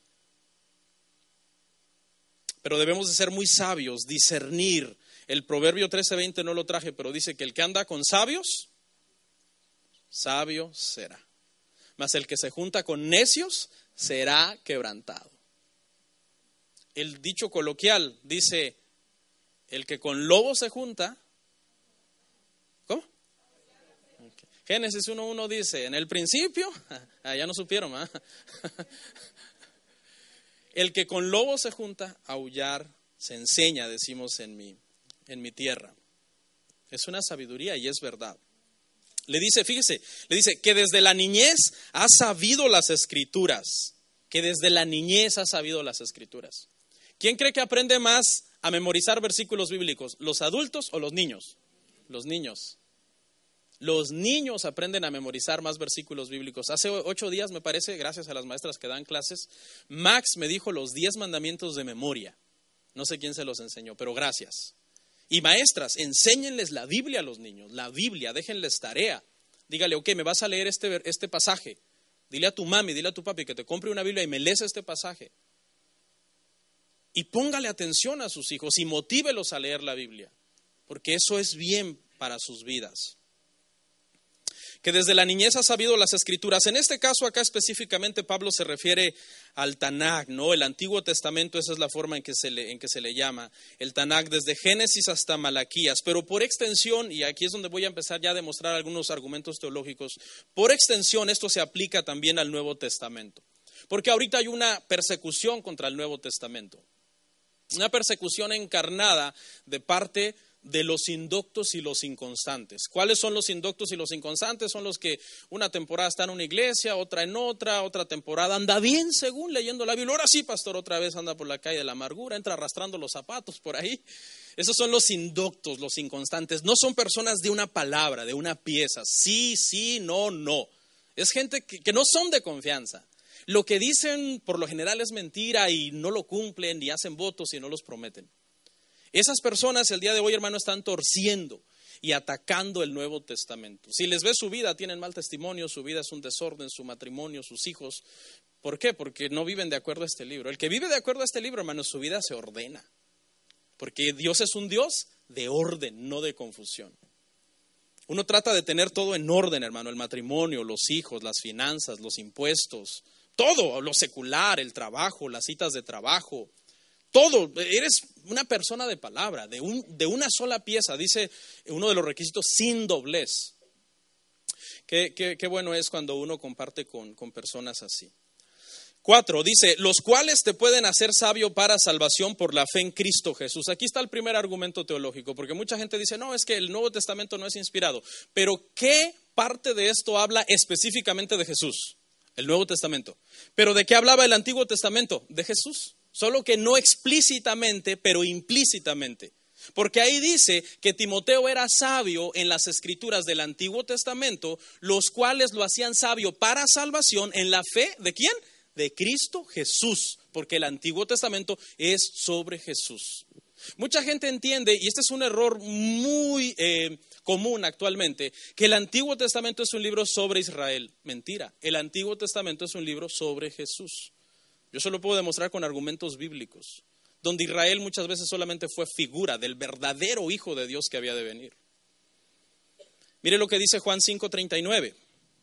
Pero debemos de ser muy sabios, discernir. El Proverbio 13:20 no lo traje, pero dice que el que anda con sabios, sabio será. Mas el que se junta con necios, será quebrantado. El dicho coloquial dice, el que con lobos se junta, ¿cómo? Okay. Génesis 1:1 dice, en el principio, ya no supieron, ¿eh? El que con lobos se junta, aullar se enseña, decimos en mi tierra. Es una sabiduría y es verdad. Le dice, fíjese, le dice que desde la niñez ha sabido las Escrituras. Que desde la niñez ha sabido las Escrituras. ¿Quién cree que aprende más a memorizar versículos bíblicos? ¿Los adultos o los niños? Los niños. Los niños aprenden a memorizar más versículos bíblicos. Hace 8 días, me parece, gracias a las maestras que dan clases, Max me dijo los 10 mandamientos de memoria. No sé quién se los enseñó, pero gracias. Y maestras, enséñenles la Biblia a los niños, la Biblia, déjenles tarea. Dígale, ok, me vas a leer este pasaje. Dile a tu mami, dile a tu papi que te compre una Biblia y me lees este pasaje. Y póngale atención a sus hijos y motívelos a leer la Biblia, porque eso es bien para sus vidas. Que desde la niñez ha sabido las Escrituras. En este caso acá específicamente Pablo se refiere al Tanaj, ¿no? El Antiguo Testamento, esa es la forma en que se le llama. El Tanaj desde Génesis hasta Malaquías. Pero por extensión, y aquí es donde voy a empezar ya a demostrar algunos argumentos teológicos, por extensión esto se aplica también al Nuevo Testamento. Porque ahorita hay una persecución contra el Nuevo Testamento. Una persecución encarnada de parte de los indoctos y los inconstantes. ¿Cuáles son los indoctos y los inconstantes? Son los que una temporada está en una iglesia, otra en otra temporada anda bien según leyendo la Biblia. Ahora sí, pastor, otra vez anda por la calle de la amargura, entra arrastrando los zapatos por ahí. Esos son los indoctos, los inconstantes. No son personas de una palabra, de una pieza. Sí, sí, no, no. Es gente que no son de confianza. Lo que dicen por lo general es mentira y no lo cumplen, ni hacen votos y no los prometen. Esas personas el día de hoy, hermano, están torciendo y atacando el Nuevo Testamento. Si les ves su vida, tienen mal testimonio, su vida es un desorden, su matrimonio, sus hijos. ¿Por qué? Porque no viven de acuerdo a este libro. El que vive de acuerdo a este libro, hermano, su vida se ordena. Porque Dios es un Dios de orden, no de confusión. Uno trata de tener todo en orden, hermano, el matrimonio, los hijos, las finanzas, los impuestos, todo, lo secular, el trabajo, las citas de trabajo, todo. Eres una persona de palabra, de una sola pieza, dice uno de los requisitos, sin doblez. Qué bueno es cuando uno comparte con personas así. 4, dice, los cuales te pueden hacer sabio para salvación por la fe en Cristo Jesús. Aquí está el primer argumento teológico, porque mucha gente dice, no, es que el Nuevo Testamento no es inspirado. Pero ¿qué parte de esto habla específicamente de Jesús? El Nuevo Testamento. ¿Pero de qué hablaba el Antiguo Testamento? De Jesús. Solo que no explícitamente, pero implícitamente. Porque ahí dice que Timoteo era sabio en las escrituras del Antiguo Testamento, los cuales lo hacían sabio para salvación en la fe, ¿de quién? De Cristo Jesús, porque el Antiguo Testamento es sobre Jesús. Mucha gente entiende, y este es un error muy común actualmente, que el Antiguo Testamento es un libro sobre Israel. Mentira, el Antiguo Testamento es un libro sobre Jesús. Yo se lo puedo demostrar con argumentos bíblicos, donde Israel muchas veces solamente fue figura del verdadero Hijo de Dios que había de venir. Mire lo que dice Juan 5:39.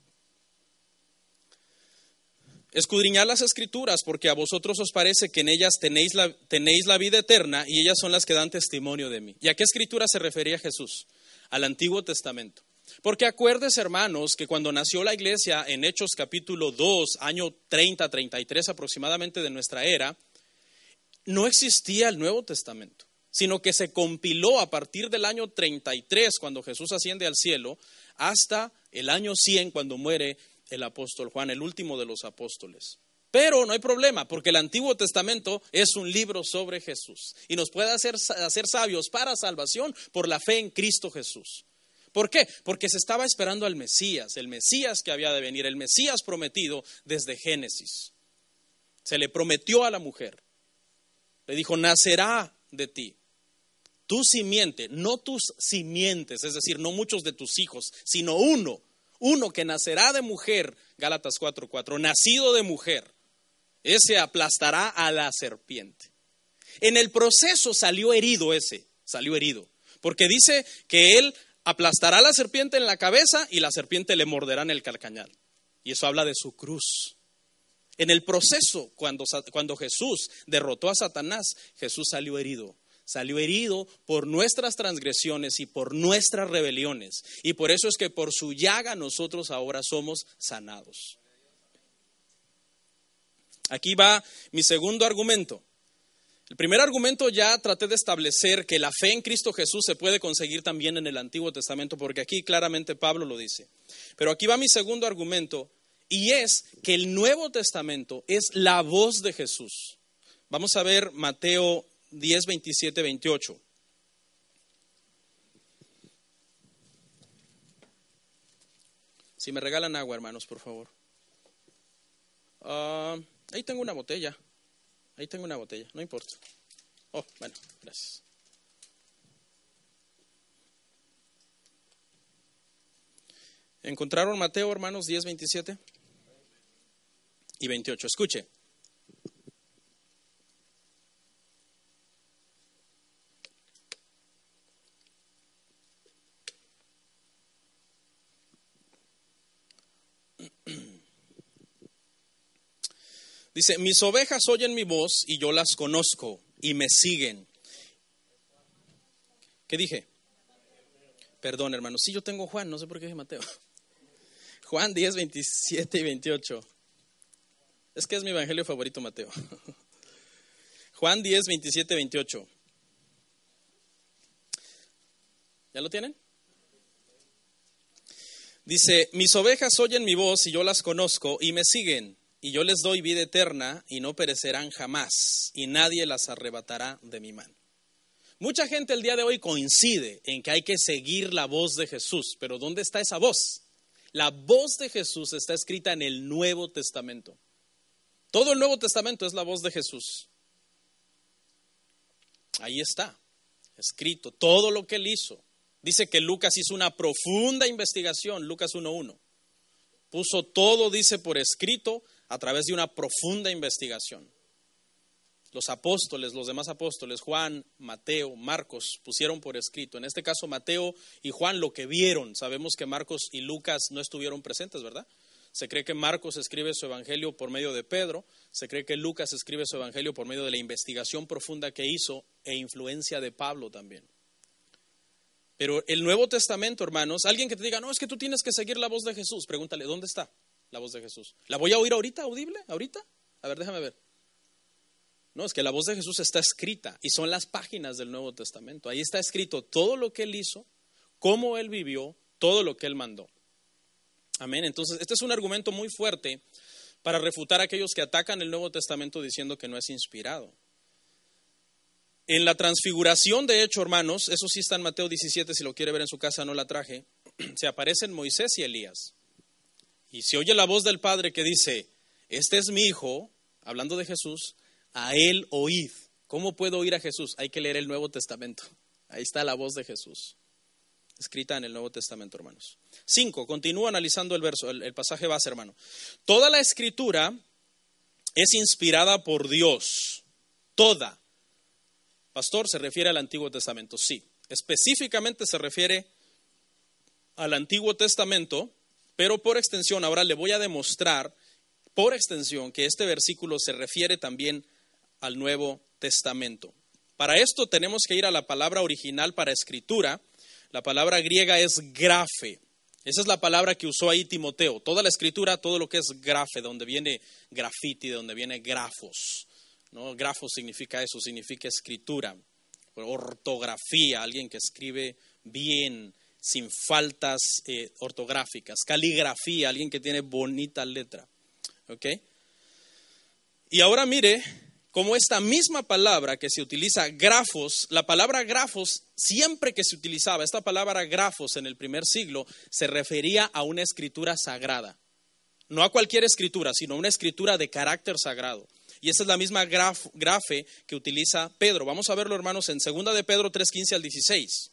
Escudriñad las Escrituras, porque a vosotros os parece que en ellas tenéis la vida eterna, y ellas son las que dan testimonio de mí. ¿Y a qué Escritura se refería Jesús? Al Antiguo Testamento. Porque acuérdense, hermanos, que cuando nació la iglesia en Hechos capítulo 2, año 30-33 aproximadamente de nuestra era, no existía el Nuevo Testamento, sino que se compiló a partir del año 33, cuando Jesús asciende al cielo, hasta el año 100, cuando muere el apóstol Juan, el último de los apóstoles. Pero no hay problema, porque el Antiguo Testamento es un libro sobre Jesús y nos puede hacer sabios para salvación por la fe en Cristo Jesús. ¿Por qué? Porque se estaba esperando al Mesías, el Mesías que había de venir, el Mesías prometido desde Génesis. Se le prometió a la mujer, le dijo, nacerá de ti tu simiente, no tus simientes, es decir, no muchos de tus hijos, sino uno que nacerá de mujer, Gálatas 4:4, nacido de mujer, ese aplastará a la serpiente. En el proceso salió herido, porque dice que él aplastará a la serpiente en la cabeza y la serpiente le morderá en el calcañar. Y eso habla de su cruz. En el proceso, cuando Jesús derrotó a Satanás, Jesús salió herido. Salió herido por nuestras transgresiones y por nuestras rebeliones. Y por eso es que por su llaga nosotros ahora somos sanados. Aquí va mi segundo argumento. El primer argumento ya traté de establecer que la fe en Cristo Jesús se puede conseguir también en el Antiguo Testamento, porque aquí claramente Pablo lo dice. Pero aquí va mi segundo argumento, y es que el Nuevo Testamento es la voz de Jesús. Vamos a ver Mateo 10, 27, 28. Si me regalan agua, hermanos, por favor. Ahí tengo una botella. No importa. Oh, bueno, gracias. ¿Encontraron Mateo, hermanos, 10, 27 y 28? Escuche. Dice, mis ovejas oyen mi voz y yo las conozco y me siguen. ¿Qué dije? Perdón, hermano. Sí, yo tengo Juan, no sé por qué dije Mateo. Juan 10, 27 y 28. Es que es mi evangelio favorito, Mateo. Juan 10, 27 y 28. ¿Ya lo tienen? Dice, mis ovejas oyen mi voz y yo las conozco y me siguen, y yo les doy vida eterna y no perecerán jamás, y nadie las arrebatará de mi mano. Mucha gente el día de hoy coincide en que hay que seguir la voz de Jesús, pero ¿dónde está esa voz? La voz de Jesús está escrita en el Nuevo Testamento. Todo el Nuevo Testamento es la voz de Jesús. Ahí está, escrito, todo lo que él hizo. Dice que Lucas hizo una profunda investigación, Lucas 1:1. Puso todo, dice, por escrito a través de una profunda investigación. Los apóstoles, los demás apóstoles, Juan, Mateo, Marcos, pusieron por escrito. En este caso, Mateo y Juan lo que vieron. Sabemos que Marcos y Lucas no estuvieron presentes, ¿verdad? Se cree que Marcos escribe su evangelio por medio de Pedro. Se cree que Lucas escribe su evangelio por medio de la investigación profunda que hizo e influencia de Pablo también. Pero el Nuevo Testamento, hermanos, alguien que te diga, no, es que tú tienes que seguir la voz de Jesús. Pregúntale, ¿dónde está la voz de Jesús? ¿La voy a oír ahorita, audible? ¿Ahorita? A ver, déjame ver. No, es que la voz de Jesús está escrita y son las páginas del Nuevo Testamento. Ahí está escrito todo lo que él hizo, cómo él vivió, todo lo que él mandó. Amén. Entonces, este es un argumento muy fuerte para refutar a aquellos que atacan el Nuevo Testamento diciendo que no es inspirado. En la transfiguración, de hecho, hermanos, eso sí está en Mateo 17, si lo quiere ver en su casa, no la traje, se aparecen Moisés y Elías. Y se oye la voz del Padre que dice, este es mi Hijo, hablando de Jesús, a él oíd. ¿Cómo puedo oír a Jesús? Hay que leer el Nuevo Testamento. Ahí está la voz de Jesús, escrita en el Nuevo Testamento, hermanos. 5, continúa analizando el verso, el pasaje base, hermano. Toda la Escritura es inspirada por Dios. Toda. Pastor, ¿se refiere al Antiguo Testamento? Sí. Específicamente se refiere al Antiguo Testamento, pero por extensión, ahora le voy a demostrar, por extensión, que este versículo se refiere también al Nuevo Testamento. Para esto tenemos que ir a la palabra original para escritura. La palabra griega es grafe. Esa es la palabra que usó ahí Timoteo. Toda la escritura, todo lo que es grafe, donde viene grafiti, de donde viene grafos. ¿No? Grafos significa eso, significa escritura. Ortografía, alguien que escribe bien, sin faltas ortográficas. Caligrafía, alguien que tiene bonita letra. ¿Ok? Y ahora mire cómo esta misma palabra que se utiliza, grafos, la palabra grafos, siempre que se utilizaba esta palabra grafos en el primer siglo, se refería a una escritura sagrada. No a cualquier escritura, sino a una escritura de carácter sagrado. Y esa es la misma grafe que utiliza Pedro. Vamos a verlo, hermanos, en 2 de Pedro 3:15 al 16.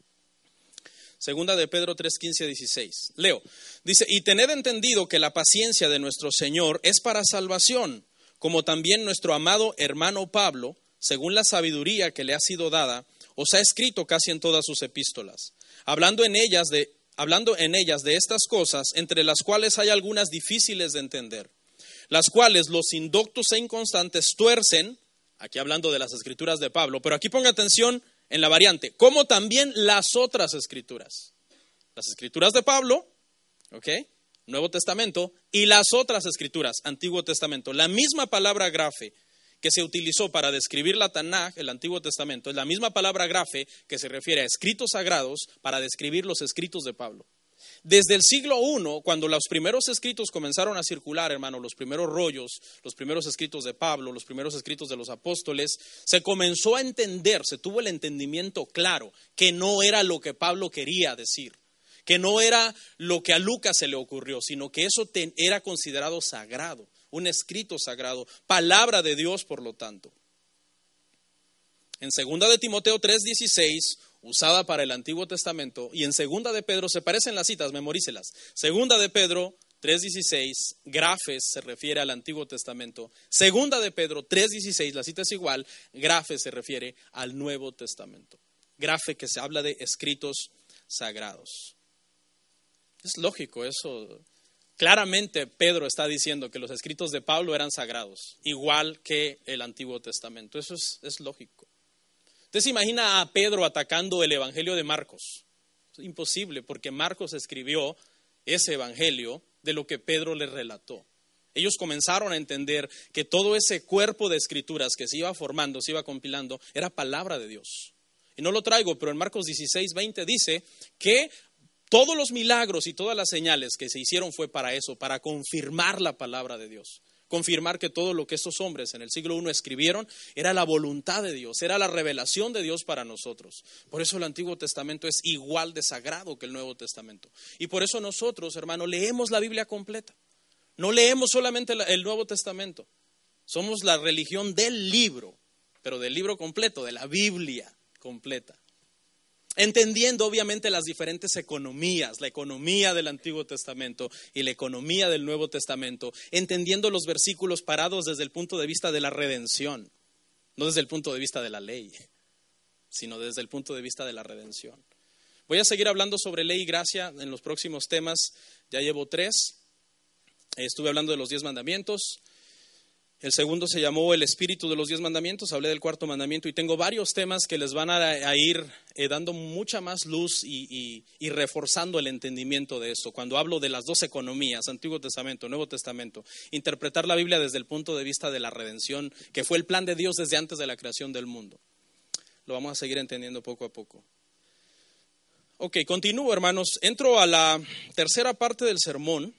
2 de Pedro 3:15 a 16. Leo. Dice, y tened entendido que la paciencia de nuestro Señor es para salvación, como también nuestro amado hermano Pablo, según la sabiduría que le ha sido dada, os ha escrito casi en todas sus epístolas, hablando en ellas de estas cosas, entre las cuales hay algunas difíciles de entender, las cuales los indoctos e inconstantes tuercen, aquí hablando de las escrituras de Pablo, pero aquí ponga atención en la variante, como también las otras escrituras. Las escrituras de Pablo, ¿ok? Nuevo Testamento, y las otras escrituras, Antiguo Testamento. La misma palabra grafe que se utilizó para describir la Tanaj, el Antiguo Testamento, es la misma palabra grafe que se refiere a escritos sagrados para describir los escritos de Pablo. Desde el siglo I, cuando los primeros escritos comenzaron a circular, hermano, los primeros rollos, los primeros escritos de Pablo, los primeros escritos de los apóstoles, se comenzó a entender, se tuvo el entendimiento claro que no era lo que Pablo quería decir, que no era lo que a Lucas se le ocurrió, sino que eso era considerado sagrado, un escrito sagrado, palabra de Dios, por lo tanto. En 2 de Timoteo 3:16, usada para el Antiguo Testamento, y en 2 de Pedro, se parecen las citas, memorícelas. 2 de Pedro 3:16, grafes se refiere al Antiguo Testamento. 2 de Pedro 3:16, la cita es igual, grafes se refiere al Nuevo Testamento. Grafe que se habla de escritos sagrados. Es lógico eso. Claramente Pedro está diciendo que los escritos de Pablo eran sagrados, igual que el Antiguo Testamento. Eso es lógico. Usted se imagina a Pedro atacando el Evangelio de Marcos. Es imposible, porque Marcos escribió ese Evangelio de lo que Pedro le relató. Ellos comenzaron a entender que todo ese cuerpo de escrituras que se iba formando, se iba compilando, era palabra de Dios. y no lo traigo, pero en Marcos 16:20 dice que todos los milagros y todas las señales que se hicieron fue para eso, para confirmar la palabra de Dios. Confirmar que todo lo que estos hombres en el siglo I escribieron era la voluntad de Dios, era la revelación de Dios para nosotros. Por eso el Antiguo Testamento es igual de sagrado que el Nuevo Testamento. Y por eso nosotros, hermano, leemos la Biblia completa. No leemos solamente el Nuevo Testamento. Somos la religión del libro, pero del libro completo, de la Biblia completa. Entendiendo obviamente las diferentes economías, la economía del Antiguo Testamento y la economía del Nuevo Testamento, entendiendo los versículos parados desde el punto de vista de la redención, no desde el punto de vista de la ley, sino desde el punto de vista de la redención. Voy a seguir hablando sobre ley y gracia en los próximos temas, ya llevo 3, estuve hablando de los 10 mandamientos. El segundo se llamó el espíritu de los 10 mandamientos, hablé del cuarto mandamiento y tengo varios temas que les van a ir dando mucha más luz y reforzando el entendimiento de esto. Cuando hablo de las dos economías, Antiguo Testamento, Nuevo Testamento, interpretar la Biblia desde el punto de vista de la redención, que fue el plan de Dios desde antes de la creación del mundo. Lo vamos a seguir entendiendo poco a poco. Ok, continúo, hermanos. Entro a la tercera parte del sermón,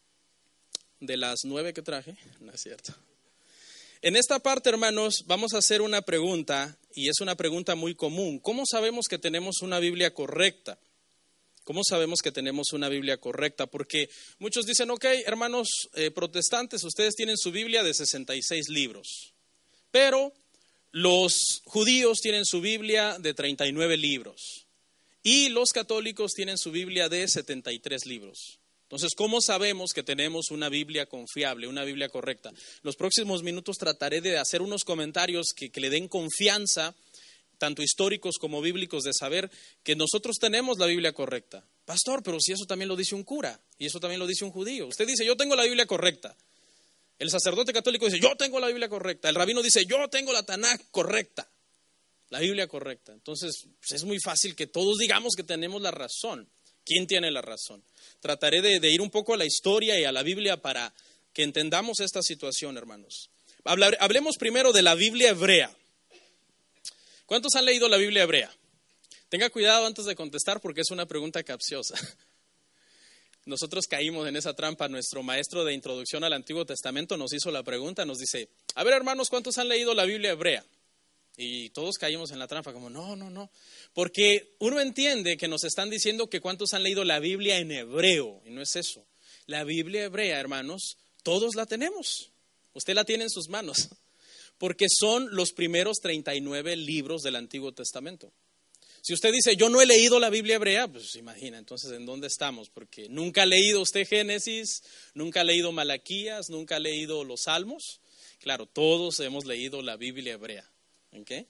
de las 9 que traje, no es cierto. En esta parte, hermanos, vamos a hacer una pregunta, y es una pregunta muy común. ¿Cómo sabemos que tenemos una Biblia correcta? ¿Cómo sabemos que tenemos una Biblia correcta? Porque muchos dicen, ok, hermanos protestantes, ustedes tienen su Biblia de 66 libros, pero los judíos tienen su Biblia de 39 libros, y los católicos tienen su Biblia de 73 libros. Entonces, ¿cómo sabemos que tenemos una Biblia confiable, una Biblia correcta? Los próximos minutos trataré de hacer unos comentarios que le den confianza, tanto históricos como bíblicos, de saber que nosotros tenemos la Biblia correcta. Pastor, pero si eso también lo dice un cura, y eso también lo dice un judío. Usted dice, yo tengo la Biblia correcta. El sacerdote católico dice, yo tengo la Biblia correcta. El rabino dice, yo tengo la Tanaj correcta, la Biblia correcta. Entonces, pues es muy fácil que todos digamos que tenemos la razón. ¿Quién tiene la razón? Trataré de ir un poco a la historia y a la Biblia para que entendamos esta situación, hermanos. Hablemos primero de la Biblia hebrea. ¿Cuántos han leído la Biblia hebrea? Tenga cuidado antes de contestar porque es una pregunta capciosa. Nosotros caímos en esa trampa. Nuestro maestro de introducción al Antiguo Testamento nos hizo la pregunta, nos dice, a ver, hermanos, ¿cuántos han leído la Biblia hebrea? Y todos caímos en la trampa, como no, porque uno entiende que nos están diciendo que cuántos han leído la Biblia en hebreo, y no es eso. La Biblia hebrea, hermanos, todos la tenemos, usted la tiene en sus manos, porque son los primeros 39 libros del Antiguo Testamento. Si usted dice, yo no he leído la Biblia hebrea, pues imagina, entonces, ¿en dónde estamos? Porque nunca ha leído usted Génesis, nunca ha leído Malaquías, nunca ha leído los Salmos. Claro, todos hemos leído la Biblia hebrea. ¿Okay?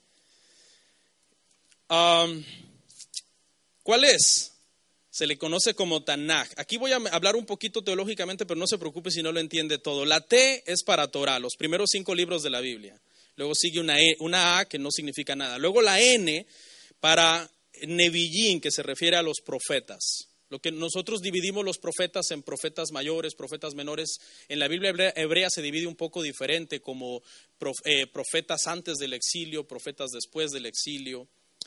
¿Cuál es? Se le conoce como Tanaj. Aquí voy a hablar un poquito teológicamente, pero no se preocupe si no lo entiende todo. La T es para Torah, los primeros 5 libros de la Biblia. Luego sigue una A que no significa nada. Luego la N para Neviyin, que se refiere a los profetas. Lo que nosotros dividimos los profetas en profetas mayores, profetas menores, en la Biblia hebrea se divide un poco diferente, como profetas antes del exilio, profetas después del exilio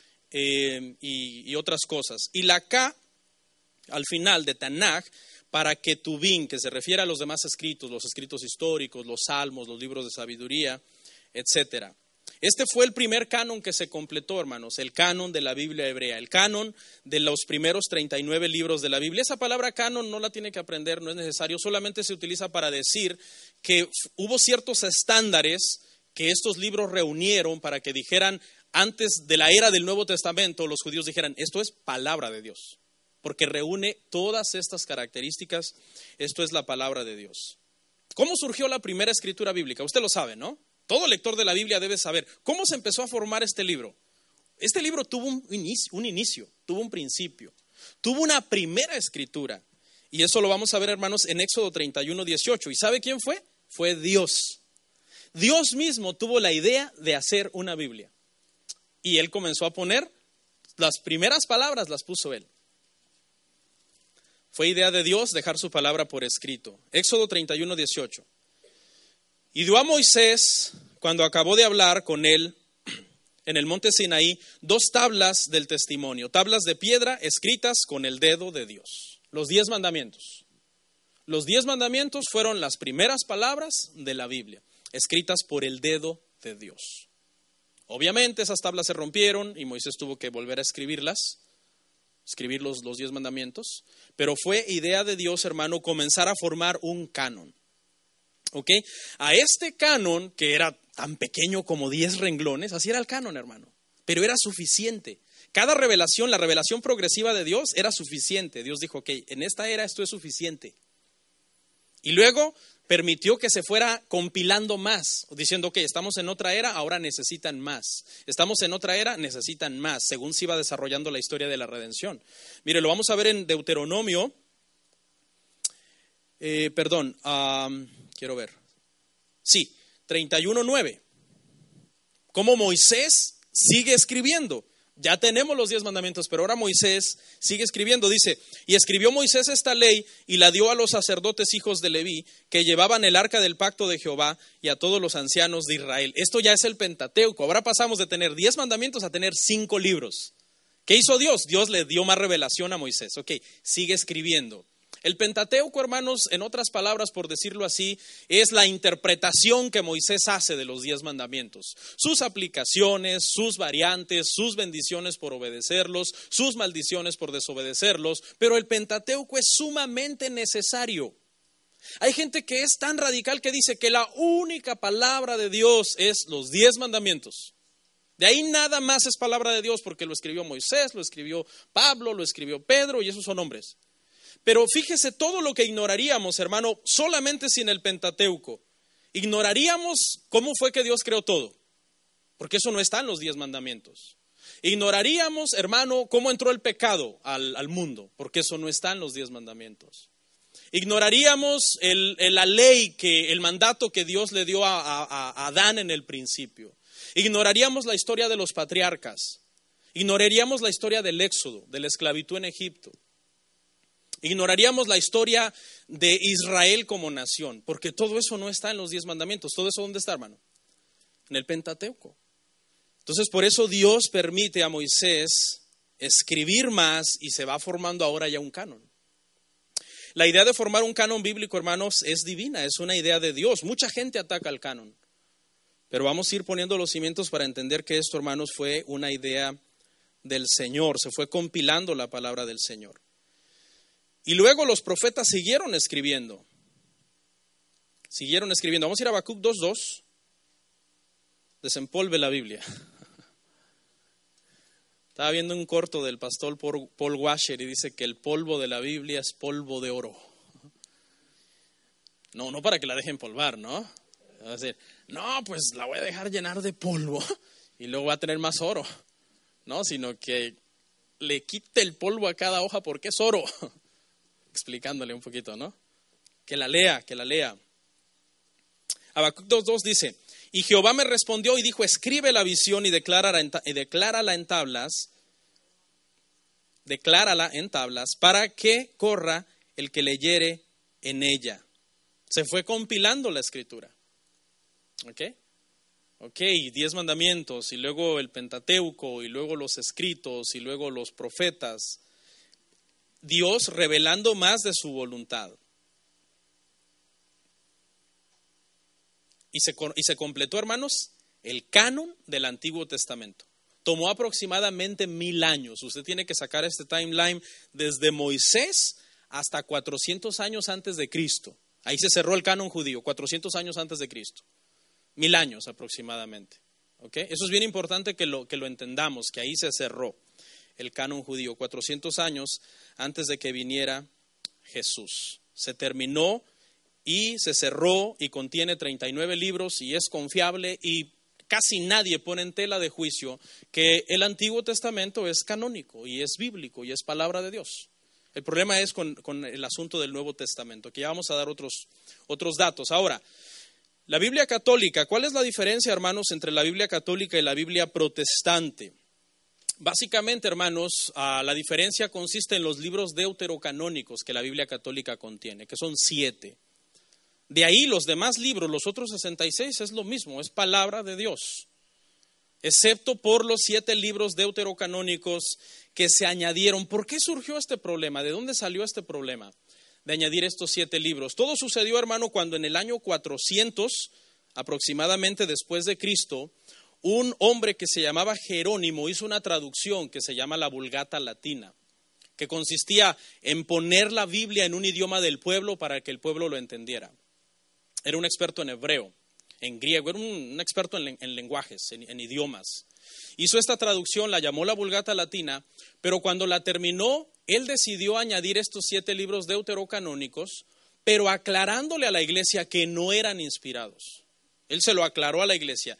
y otras cosas. Y la K, al final de Tanaj, para Ketubim, que se refiere a los demás escritos, los escritos históricos, los salmos, los libros de sabiduría, etcétera. Este fue el primer canon que se completó, hermanos, el canon de la Biblia hebrea, el canon de los primeros 39 libros de la Biblia. Esa palabra canon no la tiene que aprender, no es necesario, solamente se utiliza para decir que hubo ciertos estándares que estos libros reunieron para que dijeran, antes de la era del Nuevo Testamento, los judíos dijeran, esto es palabra de Dios, porque reúne todas estas características, esto es la palabra de Dios. ¿Cómo surgió la primera escritura bíblica? Usted lo sabe, ¿no? Todo lector de la Biblia debe saber cómo se empezó a formar este libro. Este libro tuvo un inicio, tuvo un principio, tuvo una primera escritura. Y eso lo vamos a ver, hermanos, en Éxodo 31:18. ¿Y sabe quién fue? Fue Dios. Dios mismo tuvo la idea de hacer una Biblia. Y Él comenzó a poner, las primeras palabras las puso Él. Fue idea de Dios dejar su palabra por escrito. Éxodo 31:18. Y dio a Moisés, cuando acabó de hablar con él, en el monte Sinaí 2 tablas del testimonio, tablas de piedra escritas con el dedo de Dios. Los 10 mandamientos. Los 10 mandamientos fueron las primeras palabras de la Biblia, escritas por el dedo de Dios. Obviamente esas tablas se rompieron y Moisés tuvo que volver a escribir los 10 mandamientos, pero fue idea de Dios, hermano, comenzar a formar un canon. ¿Ok? A este canon, que era tan pequeño como 10 renglones, así era el canon, hermano, pero era suficiente. Cada revelación, la revelación progresiva de Dios era suficiente. Dios dijo, ok, en esta era esto es suficiente. Y luego permitió que se fuera compilando más, diciendo, ok, estamos en otra era, ahora necesitan más. Estamos en otra era, necesitan más, según se iba desarrollando la historia de la redención. Mire, lo vamos a ver en Deuteronomio, quiero ver. Sí, 31:9. Cómo Moisés sigue escribiendo. Ya tenemos los 10 mandamientos, pero ahora Moisés sigue escribiendo. Dice, y escribió Moisés esta ley y la dio a los sacerdotes hijos de Leví, que llevaban el arca del pacto de Jehová, y a todos los ancianos de Israel. Esto ya es el Pentateuco. Ahora pasamos de tener 10 mandamientos a tener 5 libros. ¿Qué hizo Dios? Dios le dio más revelación a Moisés. Ok, sigue escribiendo. El Pentateuco, hermanos, en otras palabras, por decirlo así, es la interpretación que Moisés hace de los 10 mandamientos. Sus aplicaciones, sus variantes, sus bendiciones por obedecerlos, sus maldiciones por desobedecerlos, pero el Pentateuco es sumamente necesario. Hay gente que es tan radical que dice que la única palabra de Dios es los 10 mandamientos. De ahí nada más es palabra de Dios porque lo escribió Moisés, lo escribió Pablo, lo escribió Pedro y esos son hombres. Pero fíjese todo lo que ignoraríamos, hermano, solamente sin el Pentateuco. Ignoraríamos cómo fue que Dios creó todo, porque eso no está en los 10 mandamientos. Ignoraríamos, hermano, cómo entró el pecado al mundo, porque eso no está en los 10 mandamientos. Ignoraríamos la ley, el mandato que Dios le dio a Adán en el principio. Ignoraríamos la historia de los patriarcas. Ignoraríamos la historia del éxodo, de la esclavitud en Egipto. Ignoraríamos la historia de Israel como nación, porque todo eso no está en los 10 mandamientos. ¿Todo eso dónde está, hermano? En el Pentateuco. Entonces, por eso Dios permite a Moisés escribir más y se va formando ahora ya un canon. La idea de formar un canon bíblico, hermanos, es divina, es una idea de Dios. Mucha gente ataca el canon, pero vamos a ir poniendo los cimientos para entender que esto, hermanos, fue una idea del Señor. Se fue compilando la palabra del Señor. Y luego los profetas siguieron escribiendo. Vamos a ir a Habacuc 2:2. Desempolve la Biblia. Estaba viendo un corto del pastor Paul Washer y dice que el polvo de la Biblia es polvo de oro. No para que la dejen polvar, ¿no? Va a decir, no, pues la voy a dejar llenar de polvo y luego va a tener más oro. No, sino que le quite el polvo a cada hoja porque es oro. Explicándole un poquito, ¿no? Que la lea. Habacuc 2:2 dice, y Jehová me respondió y dijo, escribe la visión y declárala en tablas, para que corra el que leyere en ella. Se fue compilando la escritura. ¿Ok? 10 mandamientos, y luego el Pentateuco, y luego los escritos, y luego los profetas. Dios revelando más de su voluntad. Y se completó, hermanos, el canon del Antiguo Testamento. Tomó aproximadamente 1000 años. Usted tiene que sacar este timeline desde Moisés hasta 400 años antes de Cristo. Ahí se cerró el canon judío, 400 años antes de Cristo. 1000 años aproximadamente. ¿Okay? Eso es bien importante que lo entendamos, que ahí se cerró el canon judío, 400 años antes de que viniera Jesús. Se terminó y se cerró y contiene 39 libros y es confiable y casi nadie pone en tela de juicio que el Antiguo Testamento es canónico y es bíblico y es palabra de Dios. El problema es con el asunto del Nuevo Testamento, que ya vamos a dar otros datos. Ahora, la Biblia católica, ¿cuál es la diferencia, hermanos, entre la Biblia católica y la Biblia protestante? Básicamente, hermanos, la diferencia consiste en los libros deuterocanónicos que la Biblia católica contiene, que son 7. De ahí los demás libros, los otros 66, es lo mismo, es palabra de Dios. excepto por los 7 libros deuterocanónicos que se añadieron. ¿Por qué surgió este problema? ¿De dónde salió este problema de añadir estos 7 libros? Todo sucedió, hermano, cuando en el año 400, aproximadamente después de Cristo, un hombre que se llamaba Jerónimo hizo una traducción que se llama la Vulgata Latina, que consistía en poner la Biblia en un idioma del pueblo para que el pueblo lo entendiera. Era un experto en hebreo, en griego, era un experto en lenguajes, en idiomas. Hizo esta traducción, la llamó la Vulgata Latina, pero cuando la terminó, él decidió añadir estos 7 libros deuterocanónicos, pero aclarándole a la iglesia que no eran inspirados. Él se lo aclaró a la iglesia.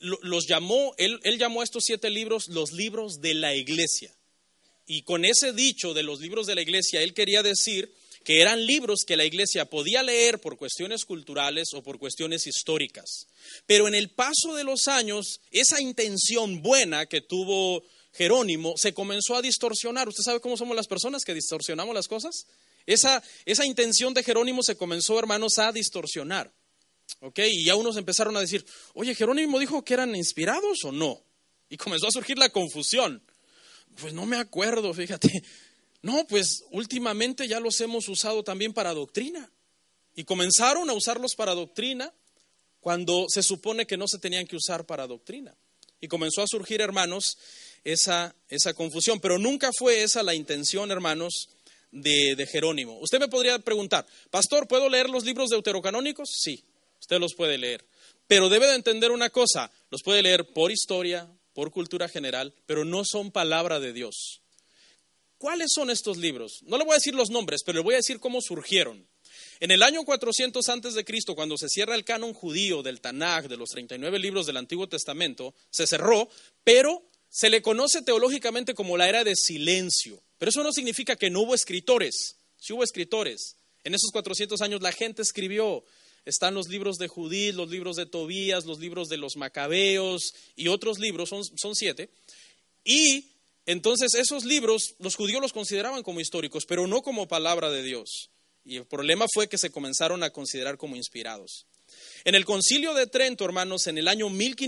Él llamó a estos 7 libros los libros de la iglesia. Y con ese dicho de los libros de la iglesia, él quería decir que eran libros que la iglesia podía leer por cuestiones culturales o por cuestiones históricas. Pero en el paso de los años, esa intención buena que tuvo Jerónimo se comenzó a distorsionar. ¿Usted sabe cómo somos las personas que distorsionamos las cosas? Esa intención de Jerónimo se comenzó, hermanos, a distorsionar. ¿Okay? Y ya unos empezaron a decir, oye, ¿Jerónimo dijo que eran inspirados o no? Y comenzó a surgir la confusión. Pues no me acuerdo, fíjate. No, pues últimamente ya los hemos usado también para doctrina. Y comenzaron a usarlos para doctrina cuando se supone que no se tenían que usar para doctrina. Y comenzó a surgir, hermanos, esa confusión. Pero nunca fue esa la intención, hermanos, de Jerónimo. Usted me podría preguntar, pastor, ¿puedo leer los libros deuterocanónicos? Sí, usted los puede leer. Pero debe de entender una cosa, los puede leer por historia, por cultura general, pero no son palabra de Dios. ¿Cuáles son estos libros? No le voy a decir los nombres, pero le voy a decir cómo surgieron. En el año 400 antes de Cristo, cuando se cierra el canon judío del Tanaj, de los 39 libros del Antiguo Testamento, se cerró, pero se le conoce teológicamente como la era de silencio. Pero eso no significa que no hubo escritores. Sí hubo escritores. En esos 400 años la gente escribió. Están los libros de Judith, los libros de Tobías, los libros de los Macabeos y otros libros, son 7. Y entonces esos libros los judíos los consideraban como históricos, pero no como palabra de Dios. Y el problema fue que se comenzaron a considerar como inspirados. En el Concilio de Trento, hermanos, en el año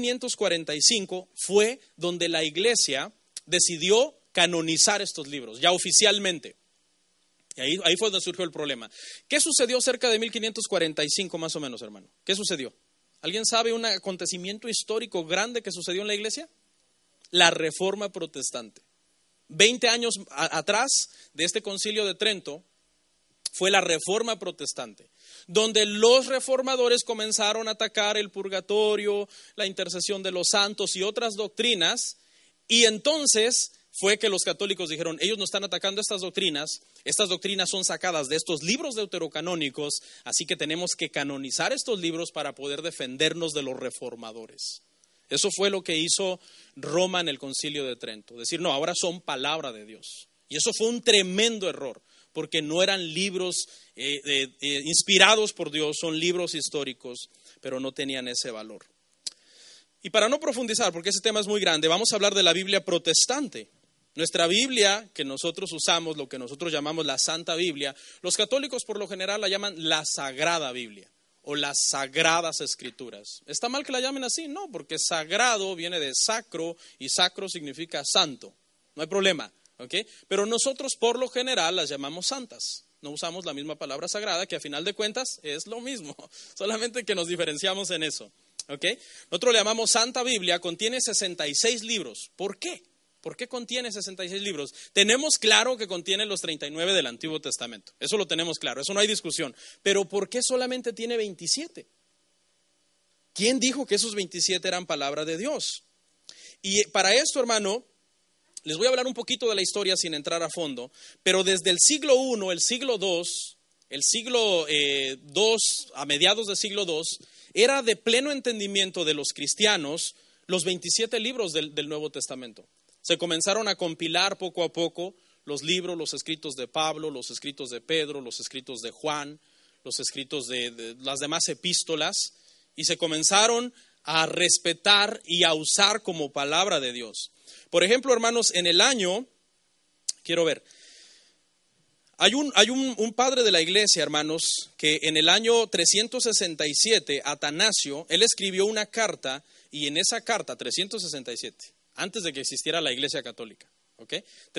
1545, fue donde la iglesia decidió canonizar estos libros, ya oficialmente. Y ahí fue donde surgió el problema. ¿Qué sucedió cerca de 1545 más o menos, hermano? ¿Qué sucedió? ¿Alguien sabe un acontecimiento histórico grande que sucedió en la iglesia? La Reforma Protestante. 20 años atrás de este Concilio de Trento fue la Reforma Protestante, donde los reformadores comenzaron a atacar el purgatorio, la intercesión de los santos y otras doctrinas, y entonces fue que los católicos dijeron, ellos no están atacando estas doctrinas son sacadas de estos libros deuterocanónicos, así que tenemos que canonizar estos libros para poder defendernos de los reformadores. Eso fue lo que hizo Roma en el Concilio de Trento, decir, no, ahora son palabra de Dios. Y eso fue un tremendo error, porque no eran libros inspirados por Dios, son libros históricos, pero no tenían ese valor. Y para no profundizar, porque ese tema es muy grande, vamos a hablar de la Biblia protestante. Nuestra Biblia, que nosotros usamos, lo que nosotros llamamos la Santa Biblia, los católicos por lo general la llaman la Sagrada Biblia o las Sagradas Escrituras. ¿Está mal que la llamen así? No, porque sagrado viene de sacro y sacro significa santo. No hay problema, ¿ok? Pero nosotros por lo general las llamamos santas. No usamos la misma palabra sagrada, que a final de cuentas es lo mismo, solamente que nos diferenciamos en eso, ¿ok? Nosotros le llamamos Santa Biblia, contiene 66 libros. ¿Por qué? ¿Por qué contiene 66 libros? Tenemos claro que contiene los 39 del Antiguo Testamento. Eso lo tenemos claro, eso no hay discusión. Pero ¿por qué solamente tiene 27? ¿Quién dijo que esos 27 eran palabra de Dios? Y para esto, hermano, les voy a hablar un poquito de la historia sin entrar a fondo. Pero desde el siglo I, el siglo II, a mediados del siglo II, era de pleno entendimiento de los cristianos los 27 libros del Nuevo Testamento. Se comenzaron a compilar poco a poco los libros, los escritos de Pablo, los escritos de Pedro, los escritos de Juan, los escritos de las demás epístolas, y se comenzaron a respetar y a usar como palabra de Dios. Por ejemplo, hermanos, en el año, hay un padre de la iglesia, hermanos, que en el año 367, Atanasio, él escribió una carta Y en esa carta, 367, antes de que existiera la Iglesia Católica, ¿ok?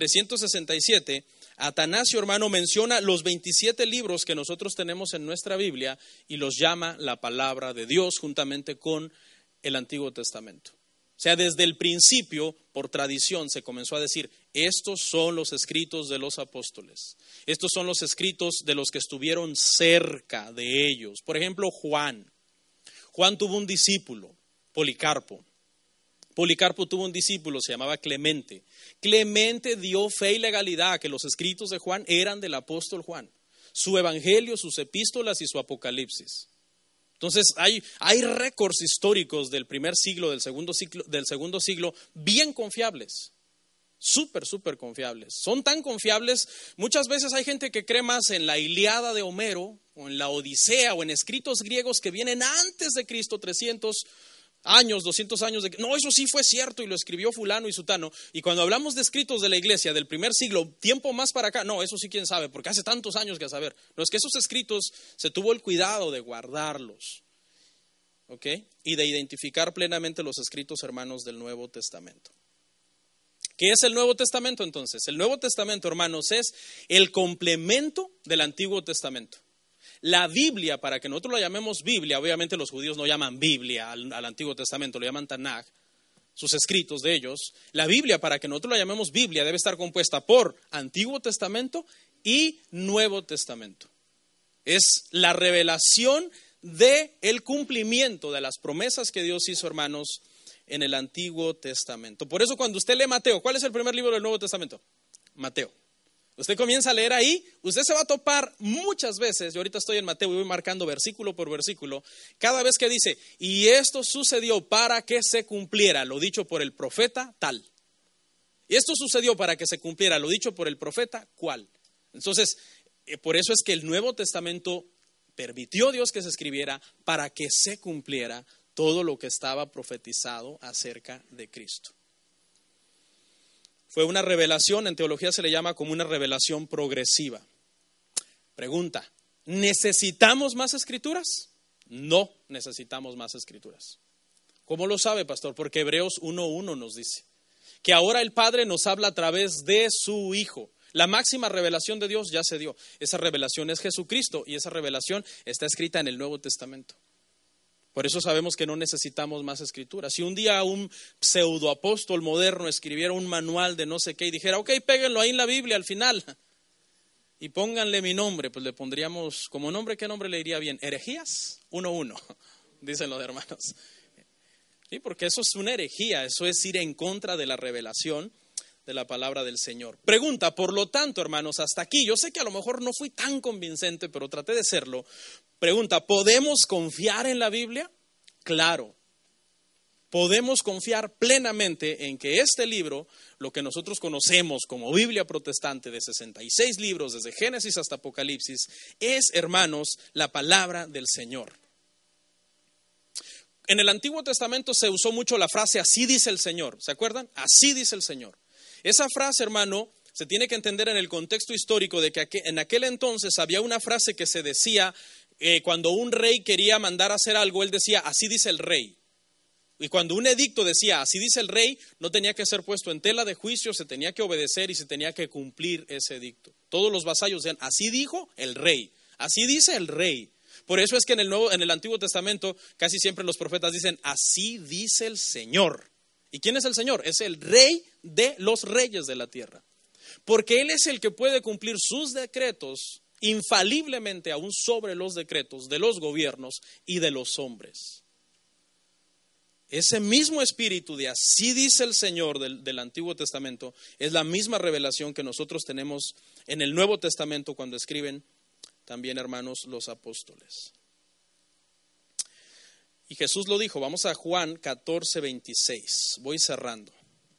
367, Atanasio, hermano, menciona los 27 libros que nosotros tenemos en nuestra Biblia y los llama la palabra de Dios juntamente con el Antiguo Testamento. O sea, desde el principio, por tradición, se comenzó a decir, estos son los escritos de los apóstoles. Estos son los escritos de los que estuvieron cerca de ellos. Por ejemplo, Juan. Juan tuvo un discípulo, Policarpo. Policarpo tuvo un discípulo, se llamaba Clemente. Clemente dio fe y legalidad a que los escritos de Juan eran del apóstol Juan. Su evangelio, sus epístolas y su apocalipsis. Entonces hay récords históricos del primer siglo, del segundo siglo, bien confiables. Súper confiables. Son tan confiables, muchas veces hay gente que cree más en la Ilíada de Homero, o en la Odisea, o en escritos griegos que vienen antes de Cristo, 300 años, 200 años. No, eso sí fue cierto y lo escribió fulano y sutano. Y cuando hablamos de escritos de la iglesia del primer siglo, tiempo más para acá, no, eso sí quién sabe, porque hace tantos años que a saber. No, es que esos escritos se tuvo el cuidado de guardarlos, ¿ok? Y de identificar plenamente los escritos, hermanos, del Nuevo Testamento. ¿Qué es el Nuevo Testamento entonces? El Nuevo Testamento, hermanos, es el complemento del Antiguo Testamento. La Biblia, para que nosotros la llamemos Biblia, obviamente los judíos no llaman Biblia al Antiguo Testamento, lo llaman Tanaj, sus escritos de ellos. La Biblia, para que nosotros la llamemos Biblia, debe estar compuesta por Antiguo Testamento y Nuevo Testamento. Es la revelación del cumplimiento de las promesas que Dios hizo, hermanos, en el Antiguo Testamento. Por eso cuando usted lee Mateo, ¿cuál es el primer libro del Nuevo Testamento? Mateo. Usted comienza a leer ahí, usted se va a topar muchas veces, yo ahorita estoy en Mateo y voy marcando versículo por versículo, cada vez que dice, y esto sucedió para que se cumpliera lo dicho por el profeta tal. Y esto sucedió para que se cumpliera lo dicho por el profeta cuál. Entonces, por eso es que el Nuevo Testamento permitió Dios que se escribiera para que se cumpliera todo lo que estaba profetizado acerca de Cristo. Fue una revelación, en teología se le llama como una revelación progresiva. Pregunta, ¿necesitamos más escrituras? No necesitamos más escrituras. ¿Cómo lo sabe, pastor? Porque Hebreos 1:1 nos dice que ahora el Padre nos habla a través de su Hijo. La máxima revelación de Dios ya se dio. Esa revelación es Jesucristo y esa revelación está escrita en el Nuevo Testamento. Por eso sabemos que no necesitamos más escrituras. Si un día un pseudoapóstol moderno escribiera un manual de no sé qué y dijera, ok, péguenlo ahí en la Biblia al final y pónganle mi nombre, pues le pondríamos como nombre, ¿qué nombre le iría bien? Herejías 1:1, dicen los hermanos. Sí, porque eso es una herejía, eso es ir en contra de la revelación de la palabra del Señor. Pregunta, por lo tanto, hermanos, hasta aquí, yo sé que a lo mejor no fui tan convincente, pero traté de serlo. Pregunta, ¿podemos confiar en la Biblia? Claro, podemos confiar plenamente en que este libro, lo que nosotros conocemos como Biblia protestante de 66 libros, desde Génesis hasta Apocalipsis, es, hermanos, la palabra del Señor. En el Antiguo Testamento se usó mucho la frase, así dice el Señor, ¿se acuerdan? Así dice el Señor. Esa frase, hermano, se tiene que entender en el contexto histórico de que en aquel entonces había una frase que se decía cuando un rey quería mandar a hacer algo, él decía, así dice el rey. Y cuando un edicto decía, así dice el rey, no tenía que ser puesto en tela de juicio, se tenía que obedecer y se tenía que cumplir ese edicto. Todos los vasallos decían, así dijo el rey, así dice el rey. Por eso es que en el Antiguo Testamento casi siempre los profetas dicen, así dice el Señor. ¿Y quién es el Señor? Es el rey de los reyes de la tierra. Porque Él es el que puede cumplir sus decretos infaliblemente aún sobre los decretos de los gobiernos y de los hombres. Ese mismo espíritu de así dice el Señor del Antiguo Testamento es la misma revelación que nosotros tenemos en el Nuevo Testamento cuando escriben también, hermanos, los apóstoles. Y Jesús lo dijo, vamos a Juan 14:26, voy cerrando.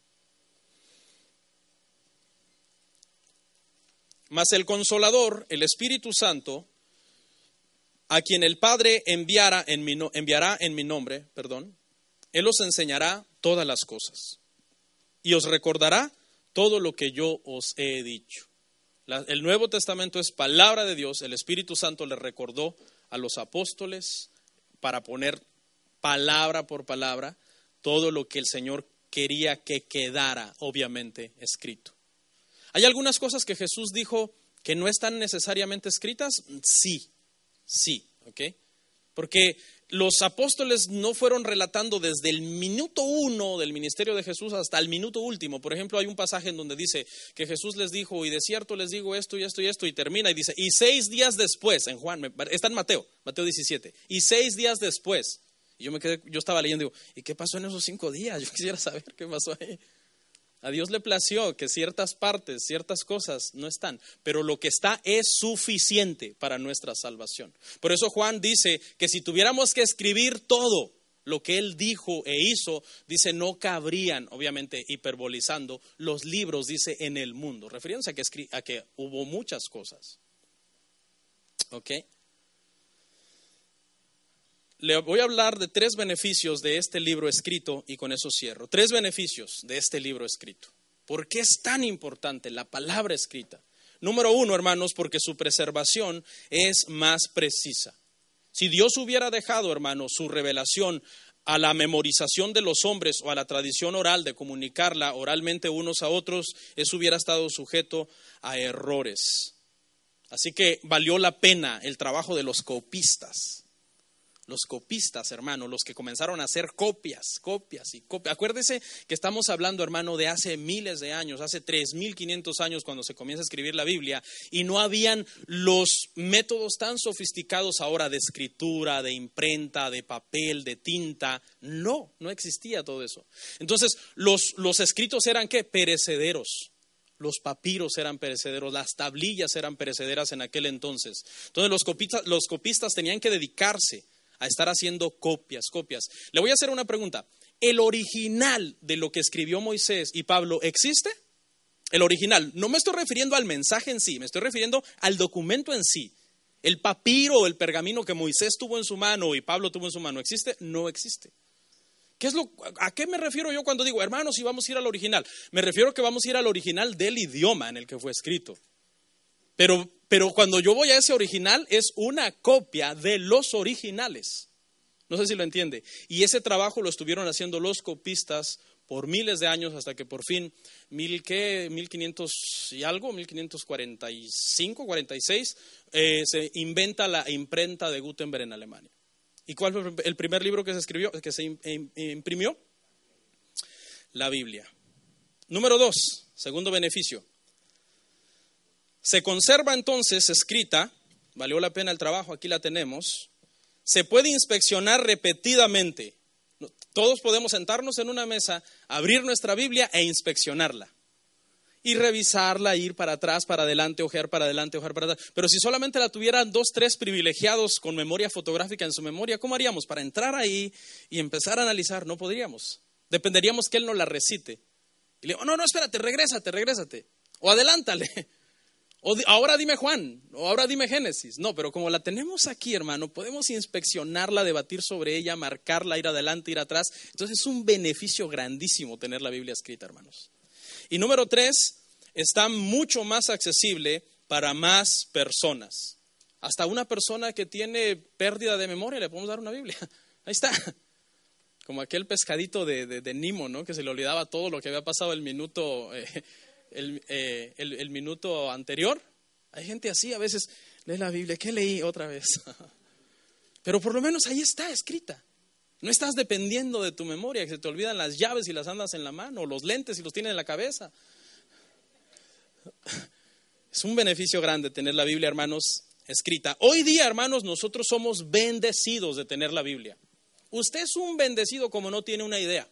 Mas el Consolador, el Espíritu Santo, a quien el Padre enviará en mi nombre, Él os enseñará todas las cosas y os recordará todo lo que yo os he dicho. El Nuevo Testamento es palabra de Dios, el Espíritu Santo le recordó a los apóstoles para poner palabra por palabra todo lo que el Señor quería que quedara, obviamente, escrito. ¿Hay algunas cosas que Jesús dijo que no están necesariamente escritas? Sí, ¿ok? Porque los apóstoles no fueron relatando desde el minuto 1 del ministerio de Jesús hasta el minuto último. Por ejemplo, hay un pasaje en donde dice que Jesús les dijo, y de cierto les digo esto y esto y esto, y termina y dice, y 6 días después, en Juan, está en Mateo 17, y 6 días después, y yo estaba leyendo y digo, ¿y qué pasó en esos 5 días? Yo quisiera saber qué pasó ahí. A Dios le plació que ciertas partes, ciertas cosas no están, pero lo que está es suficiente para nuestra salvación. Por eso Juan dice que si tuviéramos que escribir todo lo que él dijo e hizo, dice, no cabrían, obviamente hiperbolizando, los libros, dice, en el mundo, refiriéndose a que hubo muchas cosas. ¿Ok? Le voy a hablar de 3 beneficios de este libro escrito y con eso cierro. 3 beneficios de este libro escrito. ¿Por qué es tan importante la palabra escrita? Número 1, hermanos, porque su preservación es más precisa. Si Dios hubiera dejado, hermanos, su revelación a la memorización de los hombres o a la tradición oral de comunicarla oralmente unos a otros, eso hubiera estado sujeto a errores. Así que valió la pena el trabajo de los copistas. Los copistas, hermano, los que comenzaron a hacer copias y copias. Acuérdese que estamos hablando, hermano, de hace miles de años, hace 3,500 años cuando se comienza a escribir la Biblia, y no habían los métodos tan sofisticados ahora de escritura, de imprenta, de papel, de tinta. No existía todo eso. Entonces, los escritos eran, ¿qué? Perecederos. Los papiros eran perecederos, las tablillas eran perecederas en aquel entonces. Entonces, los copistas tenían que dedicarse a estar haciendo copias. Le voy a hacer una pregunta. ¿El original de lo que escribió Moisés y Pablo existe? El original. No me estoy refiriendo al mensaje en sí, me estoy refiriendo al documento en sí. El papiro o el pergamino que Moisés tuvo en su mano y Pablo tuvo en su mano, ¿existe? No existe. ¿A qué me refiero yo cuando digo, hermanos, si vamos a ir al original? Me refiero que vamos a ir al original del idioma en el que fue escrito. Pero cuando yo voy a ese original es una copia de los originales. No sé si lo entiende. Y ese trabajo lo estuvieron haciendo los copistas por miles de años hasta que por fin, 1500 y algo, 1545, 46, se inventa la imprenta de Gutenberg en Alemania. ¿Y cuál fue el primer libro que se escribió, que se imprimió? La Biblia. Número 2, segundo beneficio. Se conserva entonces escrita, valió la pena el trabajo, aquí la tenemos. Se puede inspeccionar repetidamente. Todos podemos sentarnos en una mesa, abrir nuestra Biblia e inspeccionarla. Y revisarla, ir para atrás, para adelante, ojear para adelante, ojear para atrás. Pero si solamente la tuvieran 2, 3 privilegiados con memoria fotográfica en su memoria, ¿cómo haríamos? Para entrar ahí y empezar a analizar, no podríamos. Dependeríamos que él nos la recite. Y le digo, no, espérate, regrésate. O adelántale. Ahora dime Juan, o ahora dime Génesis. No, pero como la tenemos aquí, hermano, podemos inspeccionarla, debatir sobre ella, marcarla, ir adelante, ir atrás. Entonces es un beneficio grandísimo tener la Biblia escrita, hermanos. Y número 3, está mucho más accesible para más personas. Hasta una persona que tiene pérdida de memoria le podemos dar una Biblia. Ahí está. Como aquel pescadito de Nemo, ¿no? Que se le olvidaba todo lo que había pasado el minuto anterior. Hay gente así, a veces lee la Biblia, ¿qué leí otra vez? Pero por lo menos ahí está escrita. No estás dependiendo de tu memoria, que se te olvidan las llaves y las andas en la mano, o los lentes y los tienes en la cabeza. Es un beneficio grande tener la Biblia, hermanos, escrita. Hoy día, hermanos, nosotros somos bendecidos de tener la Biblia. Usted es un bendecido como no tiene una idea.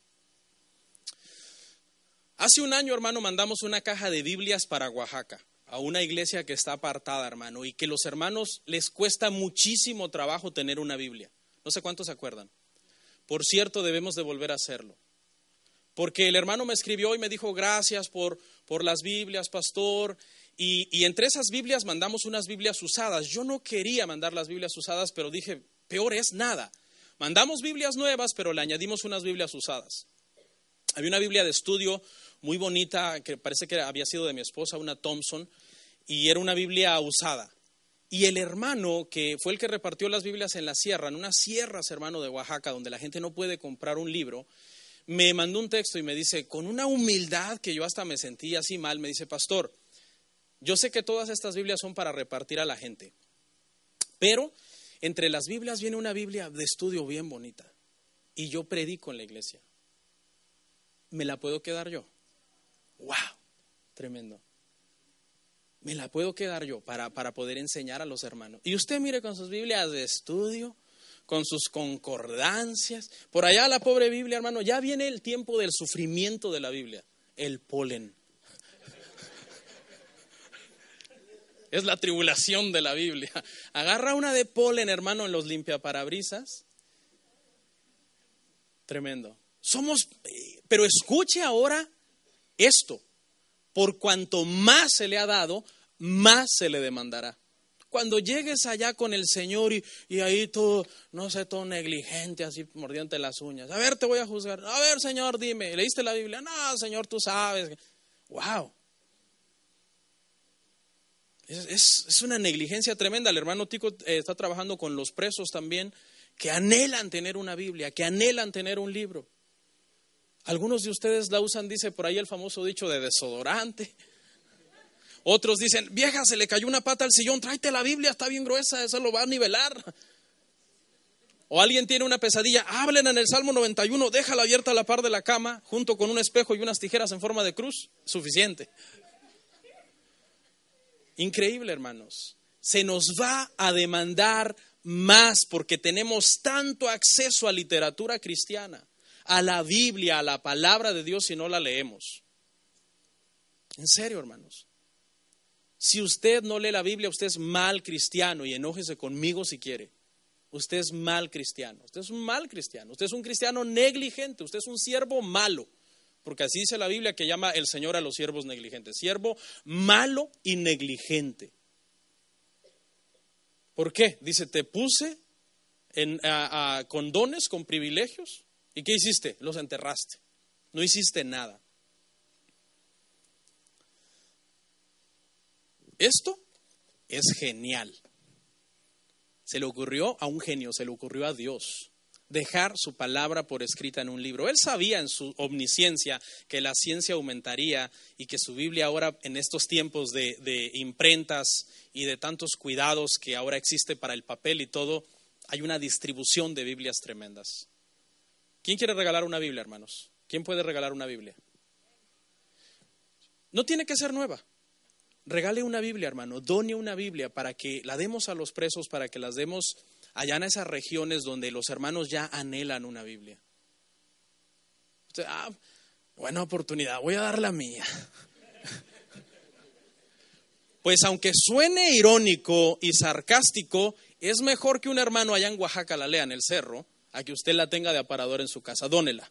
Hace un año, hermano, mandamos una caja de Biblias para Oaxaca, a una iglesia que está apartada, hermano, y que los hermanos les cuesta muchísimo trabajo tener una Biblia. No sé cuántos se acuerdan. Por cierto, debemos de volver a hacerlo. Porque el hermano me escribió y me dijo, gracias por las Biblias, pastor. Y entre esas Biblias mandamos unas Biblias usadas. Yo no quería mandar las Biblias usadas, pero dije, peor es nada. Mandamos Biblias nuevas, pero le añadimos unas Biblias usadas. Había una Biblia de estudio muy bonita, que parece que había sido de mi esposa, una Thompson, y era una Biblia usada. Y el hermano que fue el que repartió las Biblias en la sierra, en unas sierras, hermano, de Oaxaca, donde la gente no puede comprar un libro, me mandó un texto y me dice, con una humildad que yo hasta me sentí así mal, me dice, pastor, yo sé que todas estas Biblias son para repartir a la gente, pero entre las Biblias viene una Biblia de estudio bien bonita y yo predico en la iglesia. ¿Me la puedo quedar yo? ¡Wow! Tremendo. Me la puedo quedar yo para poder enseñar a los hermanos. Y usted mire con sus Biblias de estudio, con sus concordancias. Por allá la pobre Biblia, hermano, ya viene el tiempo del sufrimiento de la Biblia. El polen. Es la tribulación de la Biblia. Agarra una de polen, hermano, en los limpiaparabrisas. Tremendo. Pero escuche ahora esto. Por cuanto más se le ha dado, más se le demandará. Cuando llegues allá con el Señor y ahí todo, no sé, todo negligente, así mordiéndote las uñas. A ver, te voy a juzgar. A ver, Señor, dime, ¿leíste la Biblia? No, Señor, tú sabes. ¡Wow! Es una negligencia tremenda. El hermano Tico está trabajando con los presos también, que anhelan tener una Biblia, que anhelan tener un libro. Algunos de ustedes la usan, dice por ahí el famoso dicho de desodorante. Otros dicen, vieja, se le cayó una pata al sillón, tráete la Biblia, está bien gruesa, eso lo va a nivelar. O alguien tiene una pesadilla, hablen en el Salmo 91, déjala abierta a la par de la cama, junto con un espejo y unas tijeras en forma de cruz, suficiente. Increíble, hermanos. Se nos va a demandar más porque tenemos tanto acceso a literatura cristiana, a la Biblia, a la palabra de Dios, si no la leemos. En serio, hermanos. Si usted no lee la Biblia, usted es mal cristiano, y enójese conmigo si quiere. Usted es mal cristiano, usted es un mal cristiano, usted es un cristiano negligente, usted es un siervo malo, porque así dice la Biblia que llama el Señor a los siervos negligentes, siervo malo y negligente. ¿Por qué? Dice, te puse con dones, con privilegios. ¿Y qué hiciste? Los enterraste. No hiciste nada. Esto es genial. Se le ocurrió a un genio, se le ocurrió a Dios dejar su palabra por escrita en un libro. Él sabía en su omnisciencia que la ciencia aumentaría y que su Biblia ahora, en estos tiempos de imprentas y de tantos cuidados que ahora existe para el papel y todo, hay una distribución de Biblias tremendas. ¿Quién quiere regalar una Biblia, hermanos? ¿Quién puede regalar una Biblia? No tiene que ser nueva. Regale una Biblia, hermano. Done una Biblia para que la demos a los presos, para que las demos allá en esas regiones donde los hermanos ya anhelan una Biblia. Usted, buena oportunidad, voy a dar la mía. Pues aunque suene irónico y sarcástico, es mejor que un hermano allá en Oaxaca la lea en el cerro, a que usted la tenga de aparador en su casa. Dónela.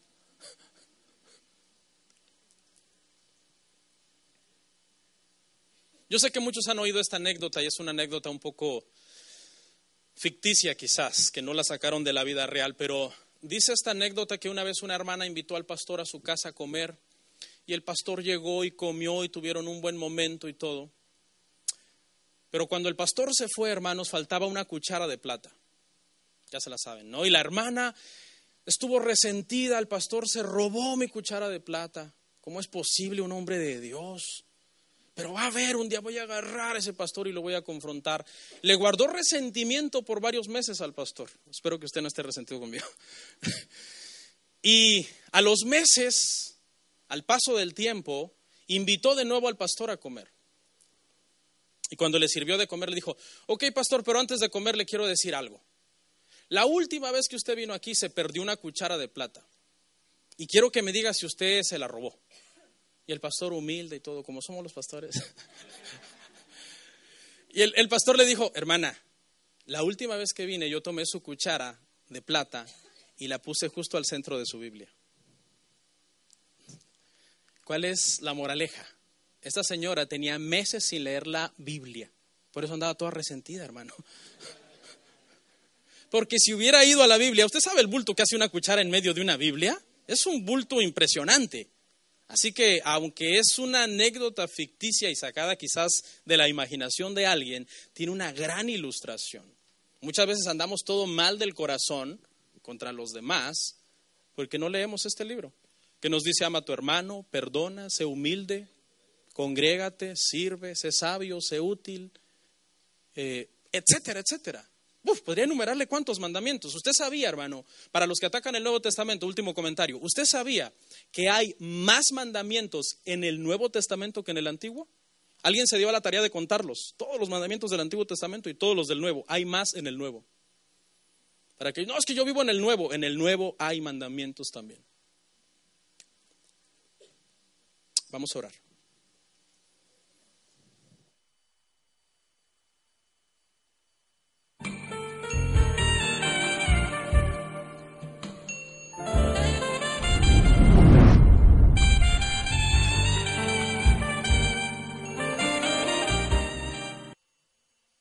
Yo sé que muchos han oído esta anécdota y es una anécdota un poco ficticia quizás, que no la sacaron de la vida real, pero dice esta anécdota que una vez una hermana invitó al pastor a su casa a comer y el pastor llegó y comió y tuvieron un buen momento y todo. Pero cuando el pastor se fue, hermanos, faltaba una cuchara de plata. Ya se la saben, ¿no? Y la hermana estuvo resentida, el pastor se robó mi cuchara de plata. ¿Cómo es posible un hombre de Dios? Pero va a ver, un día voy a agarrar a ese pastor y lo voy a confrontar. Le guardó resentimiento por varios meses al pastor. Espero que usted no esté resentido conmigo. Y a los meses, al paso del tiempo, invitó de nuevo al pastor a comer. Y cuando le sirvió de comer, le dijo, ok, pastor, pero antes de comer le quiero decir algo. La última vez que usted vino aquí se perdió una cuchara de plata. Y quiero que me diga si usted se la robó. Y el pastor humilde y todo, como somos los pastores. Y el pastor le dijo, hermana, la última vez que vine yo tomé su cuchara de plata y la puse justo al centro de su Biblia. ¿Cuál es la moraleja? Esta señora tenía meses sin leer la Biblia. Por eso andaba toda resentida, hermano. Porque si hubiera ido a la Biblia, ¿usted sabe el bulto que hace una cuchara en medio de una Biblia? Es un bulto impresionante. Así que, aunque es una anécdota ficticia y sacada quizás de la imaginación de alguien, tiene una gran ilustración. Muchas veces andamos todo mal del corazón contra los demás porque no leemos este libro, que nos dice: ama a tu hermano, perdona, sé humilde, congrégate, sirve, sé sabio, sé útil, etcétera, etcétera. Podría enumerarle cuántos mandamientos. Usted sabía, hermano, para los que atacan el Nuevo Testamento, último comentario, ¿usted sabía que hay más mandamientos en el Nuevo Testamento que en el Antiguo? Alguien se dio a la tarea de contarlos, todos los mandamientos del Antiguo Testamento y todos los del Nuevo. Hay más en el Nuevo. Para que no, es que yo vivo en el Nuevo hay mandamientos también. Vamos a orar.